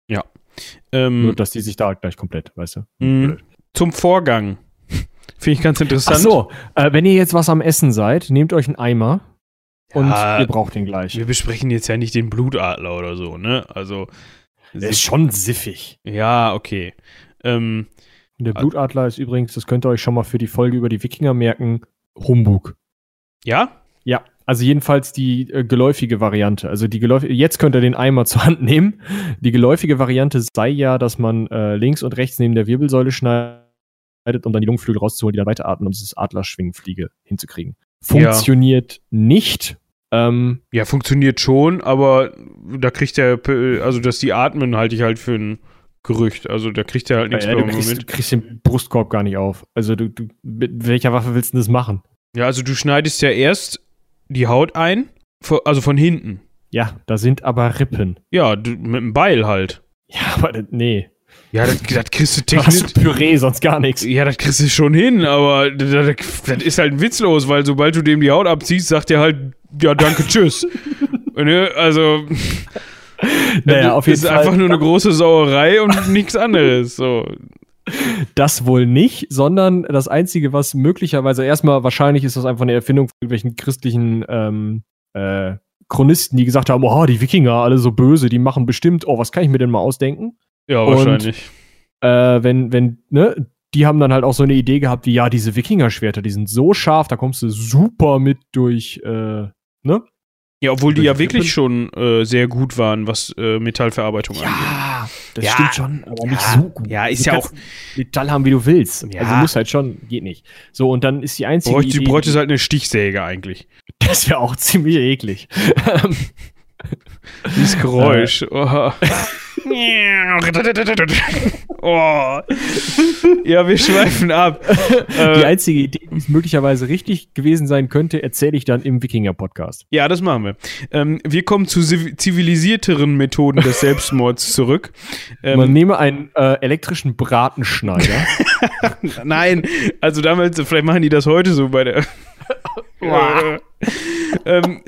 ähm, Nur, dass die sich da halt gleich komplett, weißt du? mh, Blöd. zum Vorgang. Finde ich ganz Ach interessant. so, äh, wenn ihr jetzt was am Essen seid, nehmt euch einen Eimer und Ja, ihr braucht den gleich. Wir besprechen jetzt ja nicht den Blutadler oder so, ne? Also, Der ist schon siffig. ja, okay. Ähm, Und der Blutadler ist übrigens, das könnt ihr euch schon mal für die Folge über die Wikinger merken, Humbug. ja? Ja, also jedenfalls die äh, geläufige Variante. Also die geläufige, jetzt könnt ihr den Eimer zur Hand nehmen. Die geläufige Variante sei ja, dass man äh, links und rechts neben der Wirbelsäule schneidet, um dann die Lungenflügel rauszuholen, die dann weiteratmen, um dieses Adlerschwingfliege hinzukriegen. Funktioniert nicht. Ähm, Ja, funktioniert schon, aber da kriegt der, also dass die atmen, halte ich halt für ein Gerücht. Also da kriegt er halt nichts ja, mehr du, im kriegst, du Moment. kriegst den Brustkorb gar nicht auf. Also du, du, mit welcher Waffe willst du das machen? Ja, also du schneidest ja erst die Haut ein, vo- also von hinten. Ja, da sind aber Rippen. Ja, du, mit dem Beil halt. Ja, aber das, nee. Ja, das, das kriegst du Da hast technisch. du Püree, sonst gar nichts. Ja, das kriegst du schon hin, aber das, das, das ist halt witzlos, weil sobald du dem die Haut abziehst, sagt er halt, ja, danke, tschüss. Ne? Also, Naja, auf jeden ist Fall. einfach nur eine große Sauerei und nichts anderes. So. Das wohl nicht, sondern das Einzige, was möglicherweise erstmal wahrscheinlich ist, das einfach eine Erfindung von irgendwelchen christlichen ähm, äh, Chronisten, die gesagt haben, oh, die Wikinger, alle so böse, die machen bestimmt, oh, was kann ich mir denn mal ausdenken? Ja, Und- wahrscheinlich. Äh, wenn, wenn, ne, die haben dann halt auch so eine Idee gehabt, wie, ja, diese Wikinger-Schwerter, die sind so scharf, da kommst du super mit durch, äh, ne? Ja, obwohl die durch ja die wirklich schon äh, sehr gut waren, was äh, Metallverarbeitung angeht. Ja, das Ja, stimmt schon, aber nicht ja, so gut. ja, ist Du ja kannst Metall haben, wie du willst. Ja. Also muss halt schon, geht nicht. So, und dann ist die einzige Bräuchte, Idee, du bräuchtest halt eine Stichsäge eigentlich. das wäre auch ziemlich eklig. Dieses Geräusch. Oh. Oh. Ja, wir schweifen ab. Die äh, einzige Idee, die es möglicherweise richtig gewesen sein könnte, erzähle ich dann im Wikinger-Podcast. ja, das machen wir. Ähm, wir kommen zu ziv- zivilisierteren Methoden des Selbstmords zurück. Man Ähm, nehme einen äh, elektrischen Bratenschneider. nein, also damals, vielleicht machen die das heute so bei der. äh, ähm,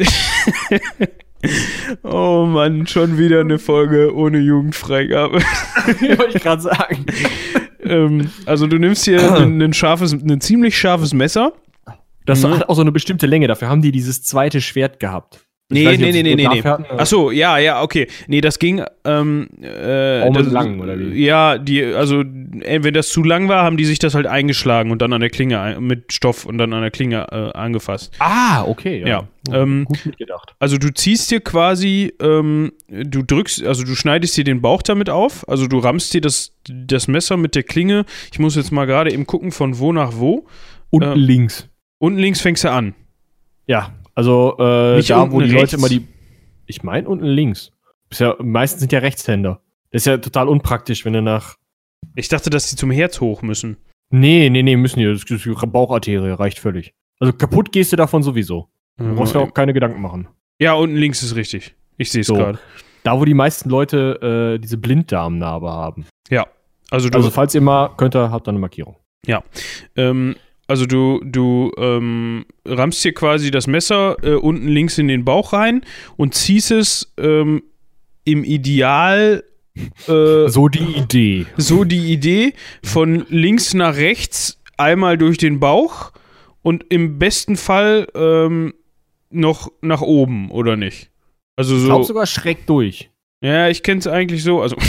oh Mann, schon wieder eine Folge ohne Jugendfreigabe. Wollte ich gerade sagen. ähm, also du nimmst hier ein, ein scharfes, ein ziemlich scharfes Messer. Das Mhm. hat auch so eine bestimmte Länge. Dafür haben die dieses zweite Schwert gehabt. Ich Nee, weiß nicht, nee, ob nee, sie nee, so nee, nee. dafür hatten, aber- Ach so, ja, ja, okay. Nee, das ging, ähm, äh, Auch mit das, lang, oder wie? Ja, die, also, äh, wenn das zu lang war, haben die sich das halt eingeschlagen und dann an der Klinge, ein- mit Stoff und dann an der Klinge äh, angefasst. Ah, okay. Ja, ähm, gut mitgedacht. Also du ziehst dir quasi, ähm, du drückst, also du schneidest dir den Bauch damit auf, also du rammst dir das, das Messer mit der Klinge, ich muss jetzt mal gerade eben gucken, von wo nach wo. Unten äh, links. Unten links fängst du an. Ja, also äh, Nicht da, unten wo die rechts? Leute immer die. Ich meine unten links. Ist ja, meistens sind ja Rechtshänder. Das ist ja total unpraktisch, wenn du nach. Ich dachte, dass die zum Herz hoch müssen. Nee, nee, nee, müssen die. Das ist die Baucharterie, reicht völlig. Also kaputt gehst du davon sowieso. Du brauchst ja auch keine Gedanken machen. Ja, unten links ist richtig. Ich sehe es So. gerade. Da, wo die meisten Leute äh, diese Blinddarmnarbe haben. Ja. Also du, Also falls ihr mal könnt, ihr habt da eine Markierung. ähm, also du, du ähm, rammst dir quasi das Messer äh, unten links in den Bauch rein und ziehst es ähm, im Ideal äh, So die Idee. so die Idee von links nach rechts einmal durch den Bauch und im besten Fall ähm, noch nach oben, oder nicht? Also Ich glaube so. sogar schräg durch. Ja, ich kenne es eigentlich so. Also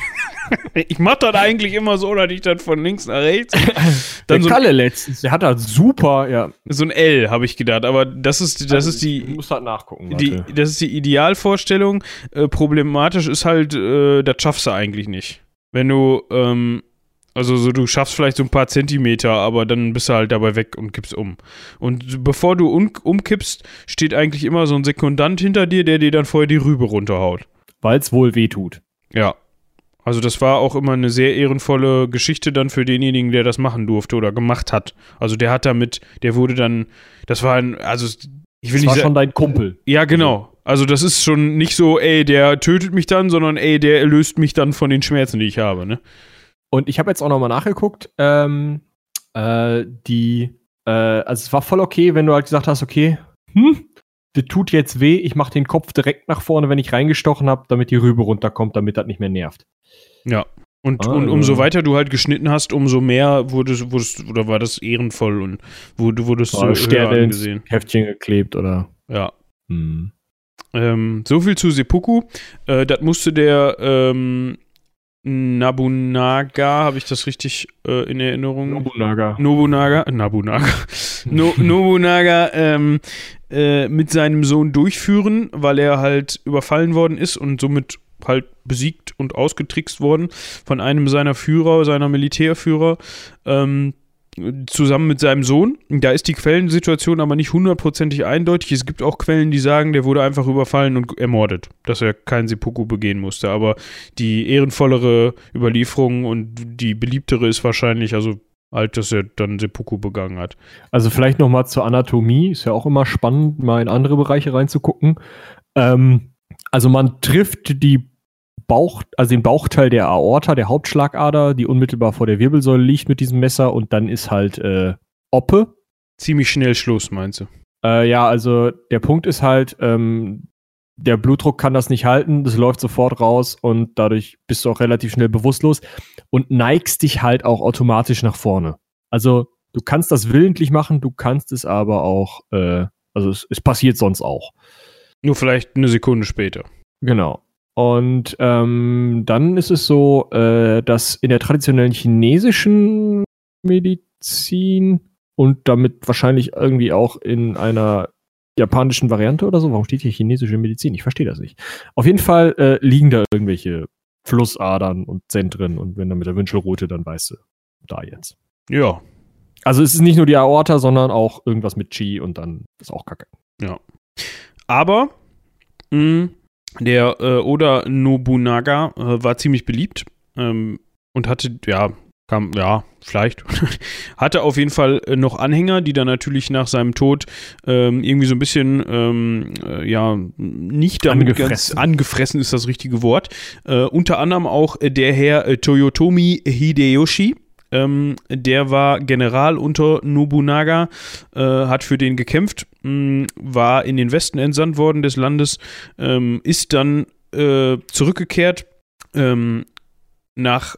ich mache das eigentlich immer so, dass ich das von links nach rechts. Der Dann so, Kalle letztens, der hat halt super, ja. so ein L, habe ich gedacht. Aber das ist, das ist Ich die. muss halt nachgucken. Die, warte. das ist die Idealvorstellung. Äh, problematisch ist halt, äh, das schaffst du eigentlich nicht. Wenn du, ähm, also so, du schaffst vielleicht so ein paar Zentimeter, aber dann bist du halt dabei weg und kippst um. Und bevor du um, umkippst, steht eigentlich immer so ein Sekundant hinter dir, der dir dann vorher die Rübe runterhaut. Weil es wohl weh tut. Ja. Also das war auch immer eine sehr ehrenvolle Geschichte dann für denjenigen, der das machen durfte oder gemacht hat. Also der hat damit, der wurde dann, das war ein, also ich will Das nicht war sagen, schon dein Kumpel. ja genau. Also das ist schon nicht so, ey, der tötet mich dann, sondern ey, der erlöst mich dann von den Schmerzen, die ich habe, ne? Und ich habe jetzt auch nochmal nachgeguckt. Ähm, Äh, die, äh, also es war voll okay, wenn du halt gesagt hast, okay, hm, das tut jetzt weh, ich mach den Kopf direkt nach vorne, wenn ich reingestochen habe, damit die Rübe runterkommt, damit das nicht mehr nervt. Ja. Und, Ah, und ja. umso weiter du halt geschnitten hast, umso mehr wurdest, wurdest oder war das ehrenvoll und wurde, wurdest War du Sterne höher ins angesehen. Heftchen geklebt oder. Ja. Hm. Ähm, so viel zu Seppuku. Äh, das musste der ähm, Nobunaga, habe ich das richtig äh, in Erinnerung? Nobunaga. Nobunaga, Nobunaga, no, Nobunaga ähm, äh, mit seinem Sohn durchführen, weil er halt überfallen worden ist und somit halt besiegt und ausgetrickst worden von einem seiner Führer, seiner Militärführer, ähm, zusammen mit seinem Sohn. Da ist die Quellensituation aber nicht hundertprozentig eindeutig. Es gibt auch Quellen, die sagen, der wurde einfach überfallen und ermordet, dass er kein Seppuku begehen musste. Aber die ehrenvollere Überlieferung und die beliebtere ist wahrscheinlich, also halt, dass er dann Seppuku begangen hat. Also vielleicht nochmal zur Anatomie. Ist ja auch immer spannend, mal in andere Bereiche reinzugucken. Ähm, also man trifft die Bauch, also den Bauchteil der Aorta, der Hauptschlagader, die unmittelbar vor der Wirbelsäule liegt mit diesem Messer und dann ist halt äh, Oppe. Ziemlich schnell Schluss, meinst du? Äh, ja, also der Punkt ist halt, ähm, der Blutdruck kann das nicht halten, das läuft sofort raus und dadurch bist du auch relativ schnell bewusstlos und neigst dich halt auch automatisch nach vorne. Also du kannst das willentlich machen, du kannst es aber auch, äh, also es, es passiert sonst auch. Nur vielleicht eine Sekunde später. Genau. Und ähm, dann ist es so, äh, dass in der traditionellen chinesischen Medizin und damit wahrscheinlich irgendwie auch in einer japanischen Variante oder so, warum steht hier chinesische Medizin? Ich verstehe das nicht. Auf jeden Fall äh, liegen da irgendwelche Flussadern und Zentren und wenn du mit der Wünschelrute, dann weißt du, da jetzt. Ja. Also es ist nicht nur die Aorta, sondern auch irgendwas mit Qi und dann ist auch Kacke. Ja. Aber mh, der äh, Oda Nobunaga äh, war ziemlich beliebt ähm, und hatte, ja, kam, ja, vielleicht, hatte auf jeden Fall äh, noch Anhänger, die dann natürlich nach seinem Tod ähm, irgendwie so ein bisschen, ähm, äh, ja, nicht damit Angefressen. ganz angefressen ist das richtige Wort. Äh, unter anderem auch äh, der Herr äh, Toyotomi Hideyoshi. Ähm, der war General unter Nobunaga, äh, hat für den gekämpft, mh, war in den Westen entsandt worden des Landes, ähm, ist dann äh, zurückgekehrt ähm, nach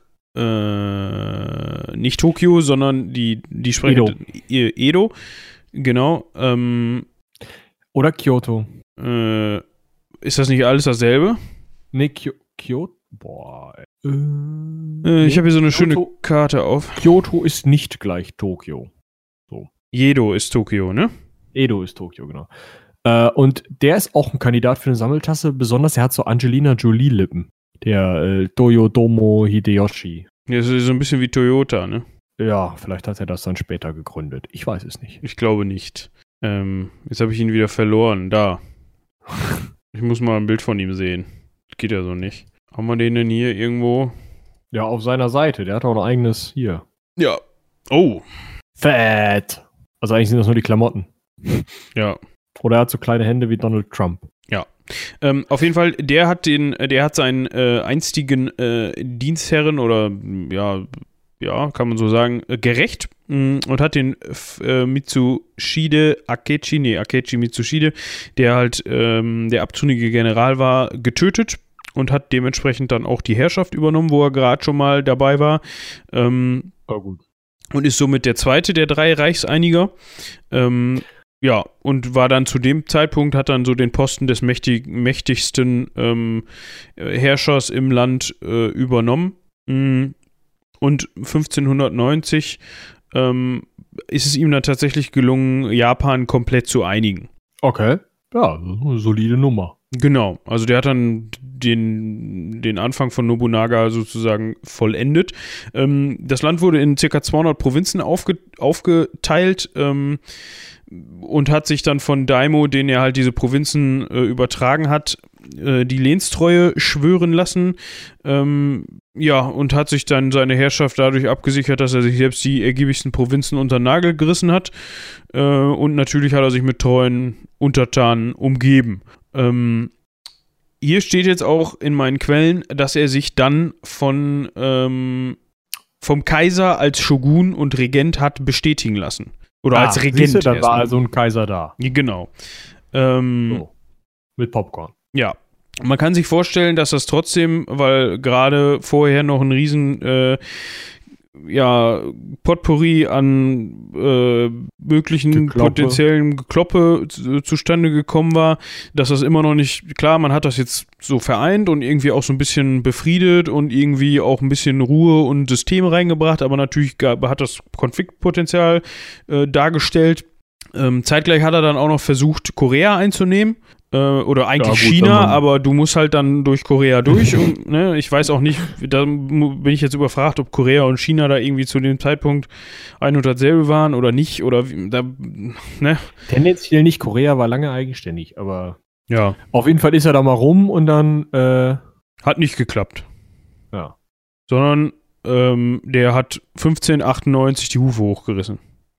äh, nicht Tokio, sondern die, die sprechen Edo. Edo, genau. Ähm, Oder Kyoto. Äh, ist das nicht alles dasselbe? Nee, Kyoto. Kyoto? Boah, ey. Äh, Äh, ich nee, habe hier so eine Kyoto, schöne Karte auf. Kyoto ist nicht gleich Tokio. So. Jedo ist Tokio, ne? Edo ist Tokio, genau. Äh, und der ist auch ein Kandidat für eine Sammeltasse, besonders er hat so Angelina Jolie-Lippen. Der äh, Toyotomi Hideyoshi. Das ist so ein bisschen wie Toyota, ne? Ja, vielleicht hat er das dann später gegründet. Ich weiß es nicht. Ich glaube nicht. Ähm, jetzt habe ich ihn wieder verloren. Da. Ich muss mal ein Bild von ihm sehen. Das geht ja so nicht. Haben wir den denn hier irgendwo? Ja, auf seiner Seite. Der hat auch ein eigenes hier. Ja. Oh. Fett. Also eigentlich sind das nur die Klamotten. Ja. Oder er hat so kleine Hände wie Donald Trump. Ja. Ähm, auf jeden Fall, der hat den, der hat seinen äh, einstigen äh, Dienstherren oder ja, ja, kann man so sagen, äh, gerecht mh, und hat den äh, Mitsushide Akechi, nee, Akechi Mitsushide, der halt ähm, der abtrünnige General war, getötet und hat dementsprechend dann auch die Herrschaft übernommen, wo er gerade schon mal dabei war. Ähm, oh, gut. Und ist somit der zweite der drei Reichseiniger. Ähm, Ja, und war dann zu dem Zeitpunkt, hat dann so den Posten des mächtig, mächtigsten ähm, Herrschers im Land äh, übernommen. Und fünfzehnhundertneunzig ähm, ist es ihm dann tatsächlich gelungen, Japan komplett zu einigen. Okay, ja, eine solide Nummer. Genau, also der hat dann den, den Anfang von Nobunaga sozusagen vollendet. Ähm, das Land wurde in ca. zweihundert Provinzen aufge, aufgeteilt ähm, und hat sich dann von Daimyo, den er halt diese Provinzen äh, übertragen hat, äh, die Lehnstreue schwören lassen. Ähm, ja, und hat sich dann seine Herrschaft dadurch abgesichert, dass er sich selbst die ergiebigsten Provinzen unter den Nagel gerissen hat. Äh, und natürlich hat er sich mit treuen Untertanen umgeben. Ähm, hier steht jetzt auch in meinen Quellen, dass er sich dann von, ähm, vom Kaiser als Shogun und Regent hat bestätigen lassen. Oder ah, als Regent. Siehste, da war erstmal. also ein Kaiser da. Genau. Ähm, So. Mit Popcorn. Ja. Man kann sich vorstellen, dass das trotzdem, weil gerade vorher noch ein riesen äh, ja, Potpourri an äh, möglichen Gekloppe. potenziellen Gekloppe zu, zustande gekommen war, dass das immer noch nicht, klar, man hat das jetzt so vereint und irgendwie auch so ein bisschen befriedet und irgendwie auch ein bisschen Ruhe und System reingebracht, aber natürlich gab, hat das Konfliktpotenzial äh, dargestellt. Ähm, zeitgleich hat er dann auch noch versucht, Korea einzunehmen. Oder eigentlich ja, gut, China, aber du musst halt dann durch Korea durch. Und, ne, ich weiß auch nicht, da bin ich jetzt überfragt, ob Korea und China da irgendwie zu dem Zeitpunkt ein und dasselbe waren oder nicht. Oder da, ne? Tendenziell nicht. Korea war lange eigenständig, aber ja. Auf jeden Fall ist er da mal rum und dann äh, hat nicht geklappt. Ja. Sondern ähm, der hat fünfzehnhundertachtundneunzig die Hufe hochgerissen.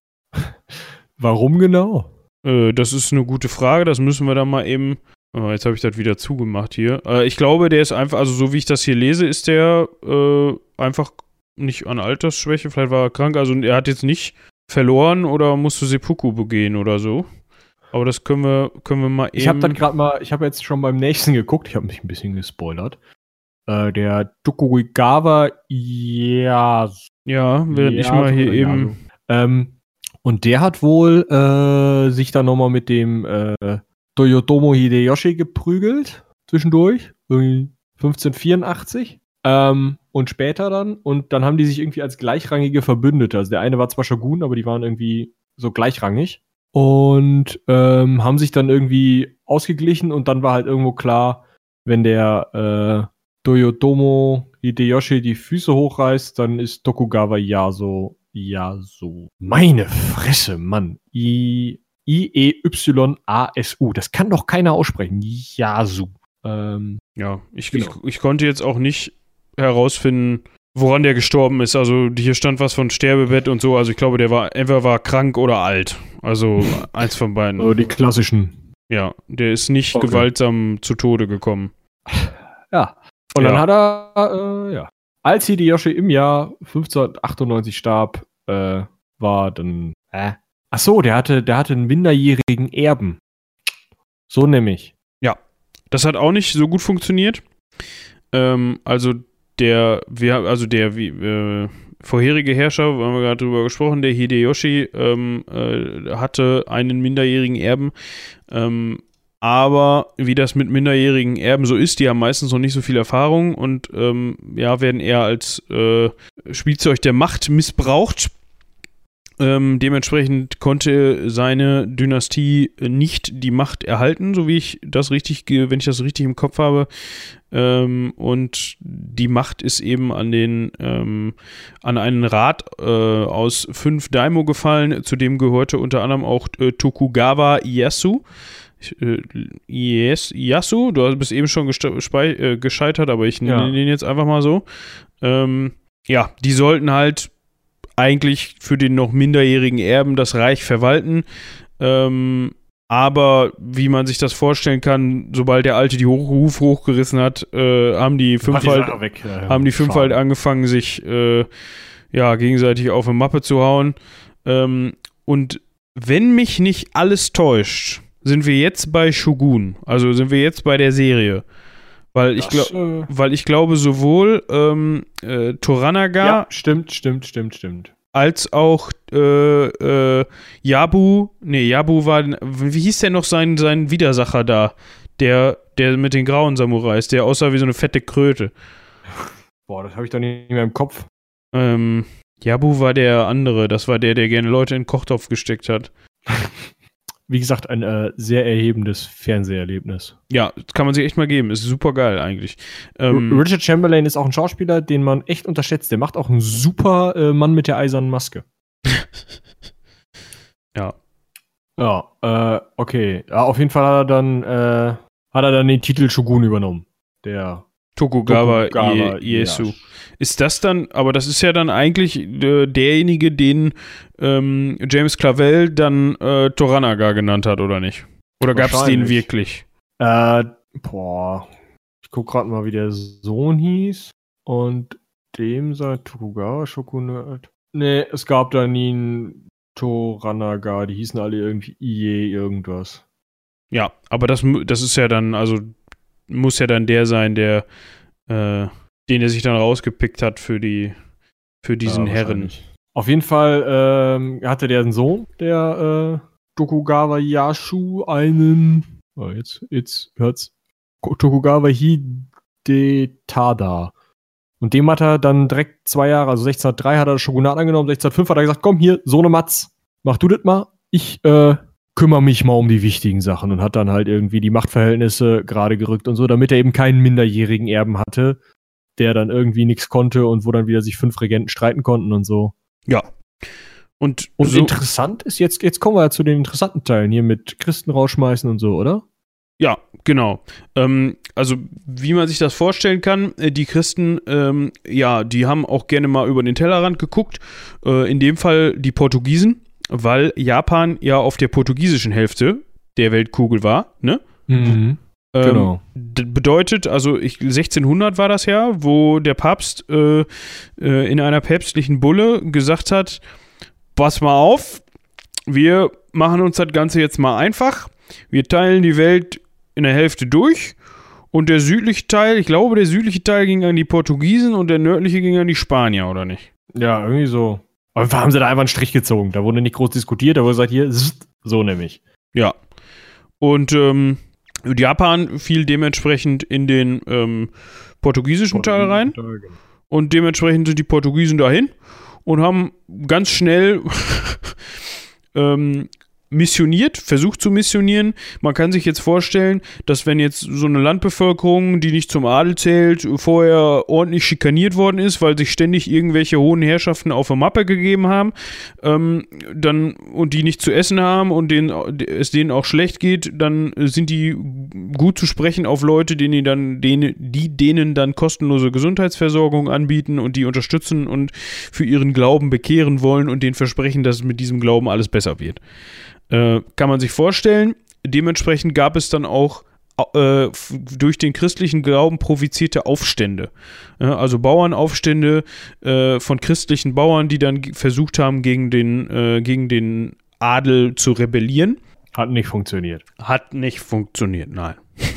Warum genau? Das ist eine gute Frage, das müssen wir dann mal eben, oh, jetzt habe ich das wieder zugemacht hier. Äh, ich glaube, der ist einfach, also so wie ich das hier lese, ist der äh, einfach nicht an Altersschwäche, vielleicht war er krank, also er hat jetzt nicht verloren oder musste Seppuku begehen oder so. Aber das können wir, können wir mal eben... Ich habe dann gerade mal, ich habe jetzt schon beim nächsten geguckt, ich habe mich ein bisschen gespoilert. Äh, der Tokugawa Ieyasu. Ja, während ich mal hier eben... Ähm, Und der hat wohl äh, sich dann nochmal mit dem äh, Toyotomo Hideyoshi geprügelt, zwischendurch, irgendwie fünfzehnhundertvierundachtzig. Ähm, und später dann, und dann haben die sich irgendwie als gleichrangige Verbündete, also der eine war zwar Shogun, aber die waren irgendwie so gleichrangig. Und ähm, haben sich dann irgendwie ausgeglichen und dann war halt irgendwo klar, wenn der äh, Toyotomo Hideyoshi die Füße hochreißt, dann ist Tokugawa Ieyasu Ja, so. Meine Fresse, Mann. I, I-E-Y-A-S-U. Das kann doch keiner aussprechen. Yasu. Ähm, ja, ich, genau. ich, ich konnte jetzt auch nicht herausfinden, woran der gestorben ist. Also hier stand was von Sterbebett und so. Also ich glaube, der war entweder war krank oder alt. Also eins von beiden. Also die klassischen. Ja, der ist nicht Okay. gewaltsam zu Tode gekommen. Ja. Und Ja. dann hat er, äh, ja. Als Hideyoshi im Jahr fünfzehnhundertachtundneunzig starb, äh, war dann, äh. Ach so, der hatte, der hatte einen minderjährigen Erben. So nämlich. Ja, das hat auch nicht so gut funktioniert. Ähm, also der, wir, also der wie, äh, vorherige Herrscher, haben wir gerade drüber gesprochen, der Hideyoshi ähm, äh, hatte einen minderjährigen Erben. Ähm, aber wie das mit minderjährigen Erben so ist, die haben meistens noch nicht so viel Erfahrung und ähm, ja, werden eher als äh, Spielzeug der Macht missbraucht. Ähm, dementsprechend konnte seine Dynastie nicht die Macht erhalten, so wie ich das richtig, wenn ich das richtig im Kopf habe. Ähm, und die Macht ist eben an den ähm, an einen Rat äh, aus fünf Daimyo gefallen. Zu dem gehörte unter anderem auch äh, Tokugawa Ieyasu. Äh, Ieyasu, du bist eben schon geste- äh, gescheitert, aber ich Ja. nenne den jetzt einfach mal so. Ähm, ja, die sollten halt eigentlich für den noch minderjährigen Erben das Reich verwalten. Ähm, aber wie man sich das vorstellen kann, sobald der Alte die Hoch- Hufe hochgerissen hat, äh, haben die fünf die halt, Sache weg, äh, haben die fünf schade. halt angefangen, sich äh, ja, gegenseitig auf eine Mappe zu hauen. Ähm, und wenn mich nicht alles täuscht, sind wir jetzt bei Shogun. Also sind wir jetzt bei der Serie. Weil ich, Das, glaub, äh, weil ich glaube, sowohl ähm, äh, Toranaga ja, stimmt, stimmt, stimmt, stimmt. als auch äh, äh, Yabu, nee, Yabu war, wie hieß der noch sein, sein Widersacher da? Der, der mit den grauen Samurais, der aussah wie so eine fette Kröte. Boah, das habe ich doch nicht mehr im Kopf. Ähm, Yabu war der andere, das war der, der gerne Leute in den Kochtopf gesteckt hat. Wie gesagt, ein äh, sehr erhebendes Fernseherlebnis. Ja, kann man sich echt mal geben, ist super geil eigentlich. Ähm, R- Richard Chamberlain ist auch ein Schauspieler, den man echt unterschätzt. Der macht auch einen super äh, Mann mit der eisernen Maske. ja. Ja, äh, okay. Ja, auf jeden Fall hat er dann, äh, hat er dann den Titel Shogun übernommen. Der Tokugawa, Tokugawa Ie- Ieyasu. ja. Ist das dann, aber das ist ja dann eigentlich äh, derjenige, den ähm, James Clavell dann äh, Toranaga genannt hat, oder nicht? Oder gab es den Wahrscheinlich. wirklich? Äh, boah. Ich guck gerade mal, wie der Sohn hieß. Und dem sein Tokugawa Shogunat. Nee, es gab da nie einen Toranaga, die hießen alle irgendwie Ie irgendwas. Ja, aber das, das ist ja dann, also muss ja dann der sein, der, äh, den er sich dann rausgepickt hat für die, für diesen Ja, Herren. Auf jeden Fall ähm, hatte der einen Sohn, der äh, Tokugawa Yashu, einen, oh, jetzt, jetzt hört's, Tokugawa Hidetada. Und dem hat er dann direkt zwei Jahre, also sechzehnhundertdrei hat er das Shogunat angenommen, sechzehnhundertfünf hat er gesagt, komm hier, Sohnematz, mach du das mal, ich äh, kümmere mich mal um die wichtigen Sachen und hat dann halt irgendwie die Machtverhältnisse gerade gerückt und so, damit er eben keinen minderjährigen Erben hatte, der dann irgendwie nichts konnte und wo dann wieder sich fünf Regenten streiten konnten und so. Ja. Und, und so interessant ist, jetzt, jetzt kommen wir ja zu den interessanten Teilen hier mit Christen rausschmeißen und so, oder? Ja, genau. Ähm, also, wie man sich das vorstellen kann, äh, die Christen, ähm, ja, die haben auch gerne mal über den Tellerrand geguckt. Äh, in dem Fall die Portugiesen, weil Japan ja auf der portugiesischen Hälfte der Weltkugel war, ne? Mhm. Ähm, genau. Das bedeutet, also ich, sechzehnhundert war das ja, wo der Papst äh, äh, in einer päpstlichen Bulle gesagt hat, pass mal auf, wir machen uns das Ganze jetzt mal einfach. Wir teilen die Welt in der Hälfte durch und der südliche Teil, ich glaube, der südliche Teil ging an die Portugiesen und der nördliche ging an die Spanier, oder nicht? Ja, irgendwie so. Aber haben sie da einfach einen Strich gezogen. Da wurde nicht groß diskutiert, da wurde gesagt, hier, so nämlich. Ja. Und ähm, Japan fiel dementsprechend in den ähm, portugiesischen Teil rein. Und dementsprechend sind die Portugiesen dahin und haben ganz schnell ähm, missioniert, versucht zu missionieren. Man kann sich jetzt vorstellen, dass wenn jetzt so eine Landbevölkerung, die nicht zum Adel zählt, vorher ordentlich schikaniert worden ist, weil sich ständig irgendwelche hohen Herrschaften auf der Mappe gegeben haben, ähm, dann und die nicht zu essen haben und denen, es denen auch schlecht geht, dann sind die gut zu sprechen auf Leute, denen die, dann, denen, die denen dann kostenlose Gesundheitsversorgung anbieten und die unterstützen und für ihren Glauben bekehren wollen und denen versprechen, dass mit diesem Glauben alles besser wird. Äh, kann man sich vorstellen. Dementsprechend gab es dann auch äh, f- durch den christlichen Glauben provozierte Aufstände. Ja, also Bauernaufstände äh, von christlichen Bauern, die dann g- versucht haben, gegen den, äh, gegen den Adel zu rebellieren. Hat nicht funktioniert. Hat nicht funktioniert, nein.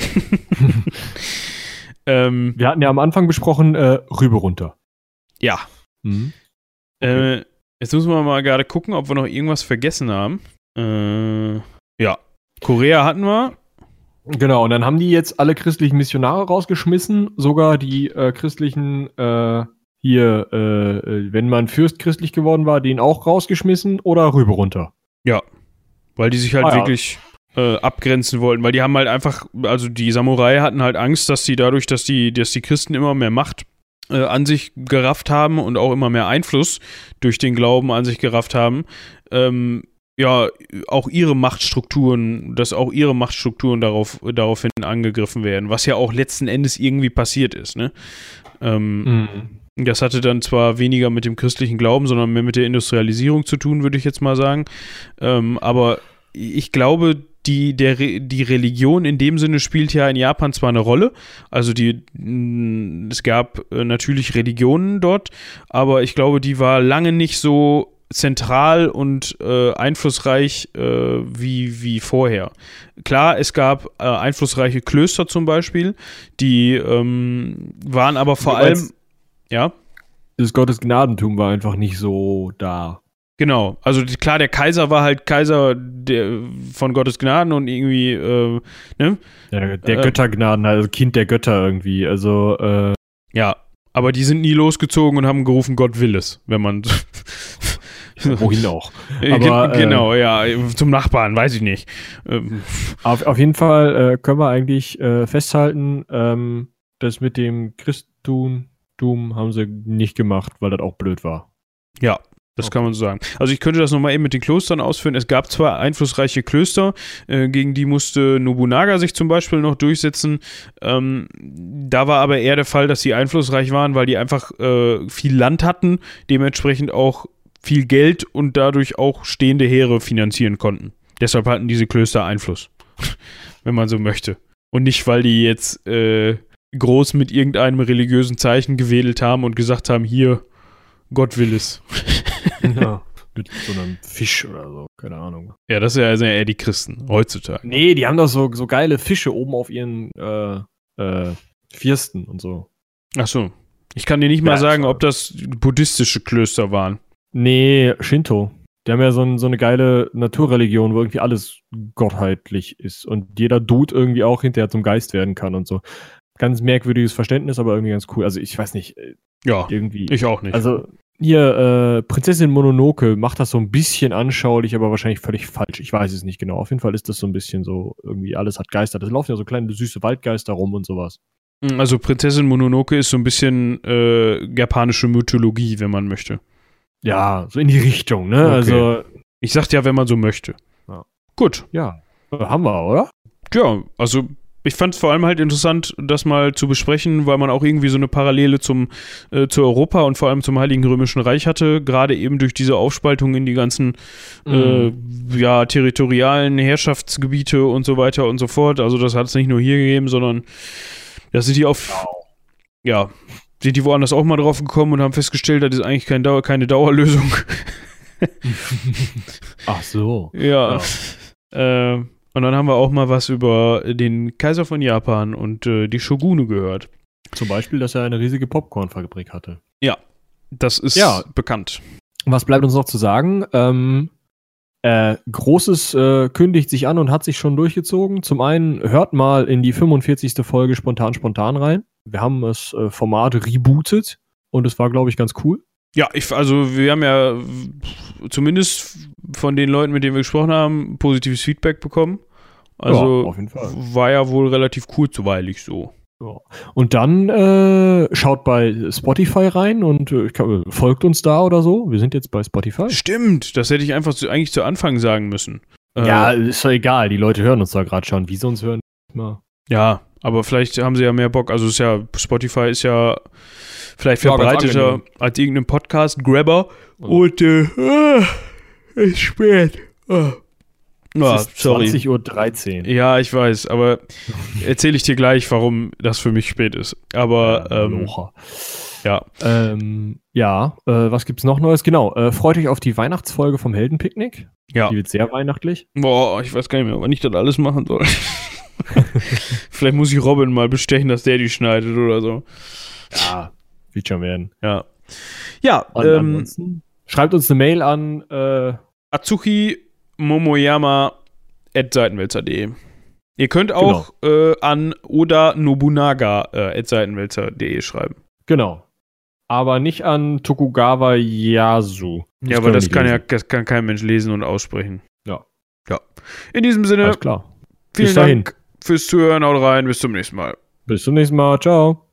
ähm, Wir hatten ja am Anfang besprochen, äh, Rübe runter. ja. Mhm. Okay. Äh, jetzt müssen wir mal gerade gucken, ob wir noch irgendwas vergessen haben. Äh, ja. Korea hatten wir. Genau, und dann haben die jetzt alle christlichen Missionare rausgeschmissen, sogar die äh, christlichen, äh, hier, äh, wenn man Fürst christlich geworden war, den auch rausgeschmissen oder Rübe runter. Ja. Weil die sich halt Ah, ja. wirklich äh, abgrenzen wollten, weil die haben halt einfach, also die Samurai hatten halt Angst, dass sie dadurch, dass die, dass die Christen immer mehr Macht äh, an sich gerafft haben und auch immer mehr Einfluss durch den Glauben an sich gerafft haben, ähm, ja, auch ihre Machtstrukturen, dass auch ihre Machtstrukturen darauf, daraufhin angegriffen werden, was ja auch letzten Endes irgendwie passiert ist, ne? Ähm, Mhm. Das hatte dann zwar weniger mit dem christlichen Glauben, sondern mehr mit der Industrialisierung zu tun, würde ich jetzt mal sagen. Ähm, aber ich glaube, die, der, Re- die Religion in dem Sinne spielt ja in Japan zwar eine Rolle. Also die, mh, es gab äh, natürlich Religionen dort, aber ich glaube, die war lange nicht so zentral und äh, einflussreich äh, wie, wie vorher. Klar, es gab äh, einflussreiche Klöster zum Beispiel, die ähm, waren aber vor Du allem, meinst- ja, Das Gottesgnadentum war einfach nicht so da. genau. Also die- klar, der Kaiser war halt Kaiser der, von Gottes Gnaden und irgendwie, äh, ne? Der, der Äh, Göttergnaden, also Kind der Götter irgendwie. Also, äh, Ja, aber die sind nie losgezogen und haben gerufen, Gott will es, wenn man wohin auch. Äh, Aber, gen- genau, ja, zum Nachbarn, weiß ich nicht. Ähm, Auf, auf jeden Fall äh, können wir eigentlich äh, festhalten, ähm, das mit dem Christentum haben sie nicht gemacht, weil das auch blöd war. Ja, das Okay. kann man so sagen. Also ich könnte das nochmal eben mit den Klöstern ausführen. Es gab zwar einflussreiche Klöster, äh, gegen die musste Nobunaga sich zum Beispiel noch durchsetzen. Ähm, da war aber eher der Fall, dass sie einflussreich waren, weil die einfach äh, viel Land hatten, dementsprechend auch viel Geld und dadurch auch stehende Heere finanzieren konnten. Deshalb hatten diese Klöster Einfluss, wenn man so möchte. Und nicht, weil die jetzt äh, groß mit irgendeinem religiösen Zeichen gewedelt haben und gesagt haben, hier, Gott will es. Ja, mit so einem Fisch oder so, keine Ahnung. Ja, das sind ja eher die Christen heutzutage. Nee, die haben doch so, so geile Fische oben auf ihren äh, äh, Firsten und so. Ach so. Ich kann dir nicht mal Ja, sagen, so. ob das buddhistische Klöster waren. Nee, Shinto. Die haben ja so, ein, so eine geile Naturreligion, wo irgendwie alles gottheitlich ist und jeder Dude irgendwie auch hinterher zum Geist werden kann und so. Ganz merkwürdiges Verständnis, aber irgendwie ganz cool. Also ich weiß nicht, Ja, irgendwie. ich auch nicht. Also hier, äh, Prinzessin Mononoke macht das so ein bisschen anschaulich, aber wahrscheinlich völlig falsch. Ich weiß es nicht genau. Auf jeden Fall ist das so ein bisschen so, irgendwie alles hat Geister. Da laufen ja so kleine süße Waldgeister rum und sowas. Also Prinzessin Mononoke ist so ein bisschen äh, japanische Mythologie, wenn man möchte. Ja, so in die Richtung, ne? Okay. Also, Ich sagte ja, wenn man so möchte. Ja. Gut. ja, haben wir, oder? Ja, also ich fand es vor allem halt interessant, das mal zu besprechen, weil man auch irgendwie so eine Parallele zum äh, zu Europa und vor allem zum Heiligen Römischen Reich hatte, gerade eben durch diese Aufspaltung in die ganzen Mhm. äh, ja, territorialen Herrschaftsgebiete und so weiter und so fort. Also das hat es nicht nur hier gegeben, sondern da sind die auf, ja, sind die woanders auch mal drauf gekommen und haben festgestellt, das ist eigentlich kein Dauer, keine Dauerlösung. Ach so. Ja. ja. Äh, und dann haben wir auch mal was über den Kaiser von Japan und äh, die Shogune gehört. Zum Beispiel, dass er eine riesige Popcornfabrik hatte. Ja, das ist Ja. bekannt. Was bleibt uns noch zu sagen? Ähm, äh, Großes äh, kündigt sich an und hat sich schon durchgezogen. Zum einen hört mal in die fünfundvierzigste Folge Spontan Spontan rein. Wir haben das äh, Format rebootet und es war, glaube ich, ganz cool. Ja, ich, also wir haben ja zumindest von den Leuten, mit denen wir gesprochen haben, positives Feedback bekommen. Also ja, auf jeden Fall. war ja wohl relativ kurzweilig so. Ja. Und dann äh, schaut bei Spotify rein und äh, ich kann, folgt uns da oder so. Wir sind jetzt bei Spotify. Stimmt, das hätte ich einfach zu, eigentlich zu Anfang sagen müssen. Ja, Äh, ist doch egal. Die Leute hören uns da gerade schon. Wie sie uns hören, mal. ja, aber vielleicht haben sie ja mehr Bock. Also ist ja, Spotify ist ja vielleicht Ja, ganz verbreiteter angenehm. als irgendein Podcast-Grabber. Und äh, ah, ist spät. Ah. Ah, Es ist sorry. zwanzig Uhr dreizehn. Ja, ich weiß, aber erzähle ich dir gleich, warum das für mich spät ist. Aber ähm, Locher. ja. Ähm, ja, äh, was gibt's noch Neues? Genau, äh, freut euch auf die Weihnachtsfolge vom Heldenpicknick. Ja. Die wird sehr weihnachtlich. Boah, ich weiß gar nicht mehr, wann ich das alles machen soll. Vielleicht muss ich Robin mal bestechen, dass der die schneidet oder so. Ja, wird schon werden. Ja. Ja, Und ähm, ansonsten schreibt uns eine Mail an äh, Atsuki Momoyama at seitenwälzer punkt de. Ihr könnt auch äh, an Oda Nobunaga äh, at seitenwälzer punkt de schreiben. genau. Aber nicht an Tokugawa Yasu. Ja, können aber wir das nicht kann ja lesen. das kann kein Mensch lesen und aussprechen. Ja. Ja. In diesem Sinne, Alles klar. vielen Bis dahin. Dank fürs Zuhören, haut rein, bis zum nächsten Mal. Bis zum nächsten Mal. Ciao.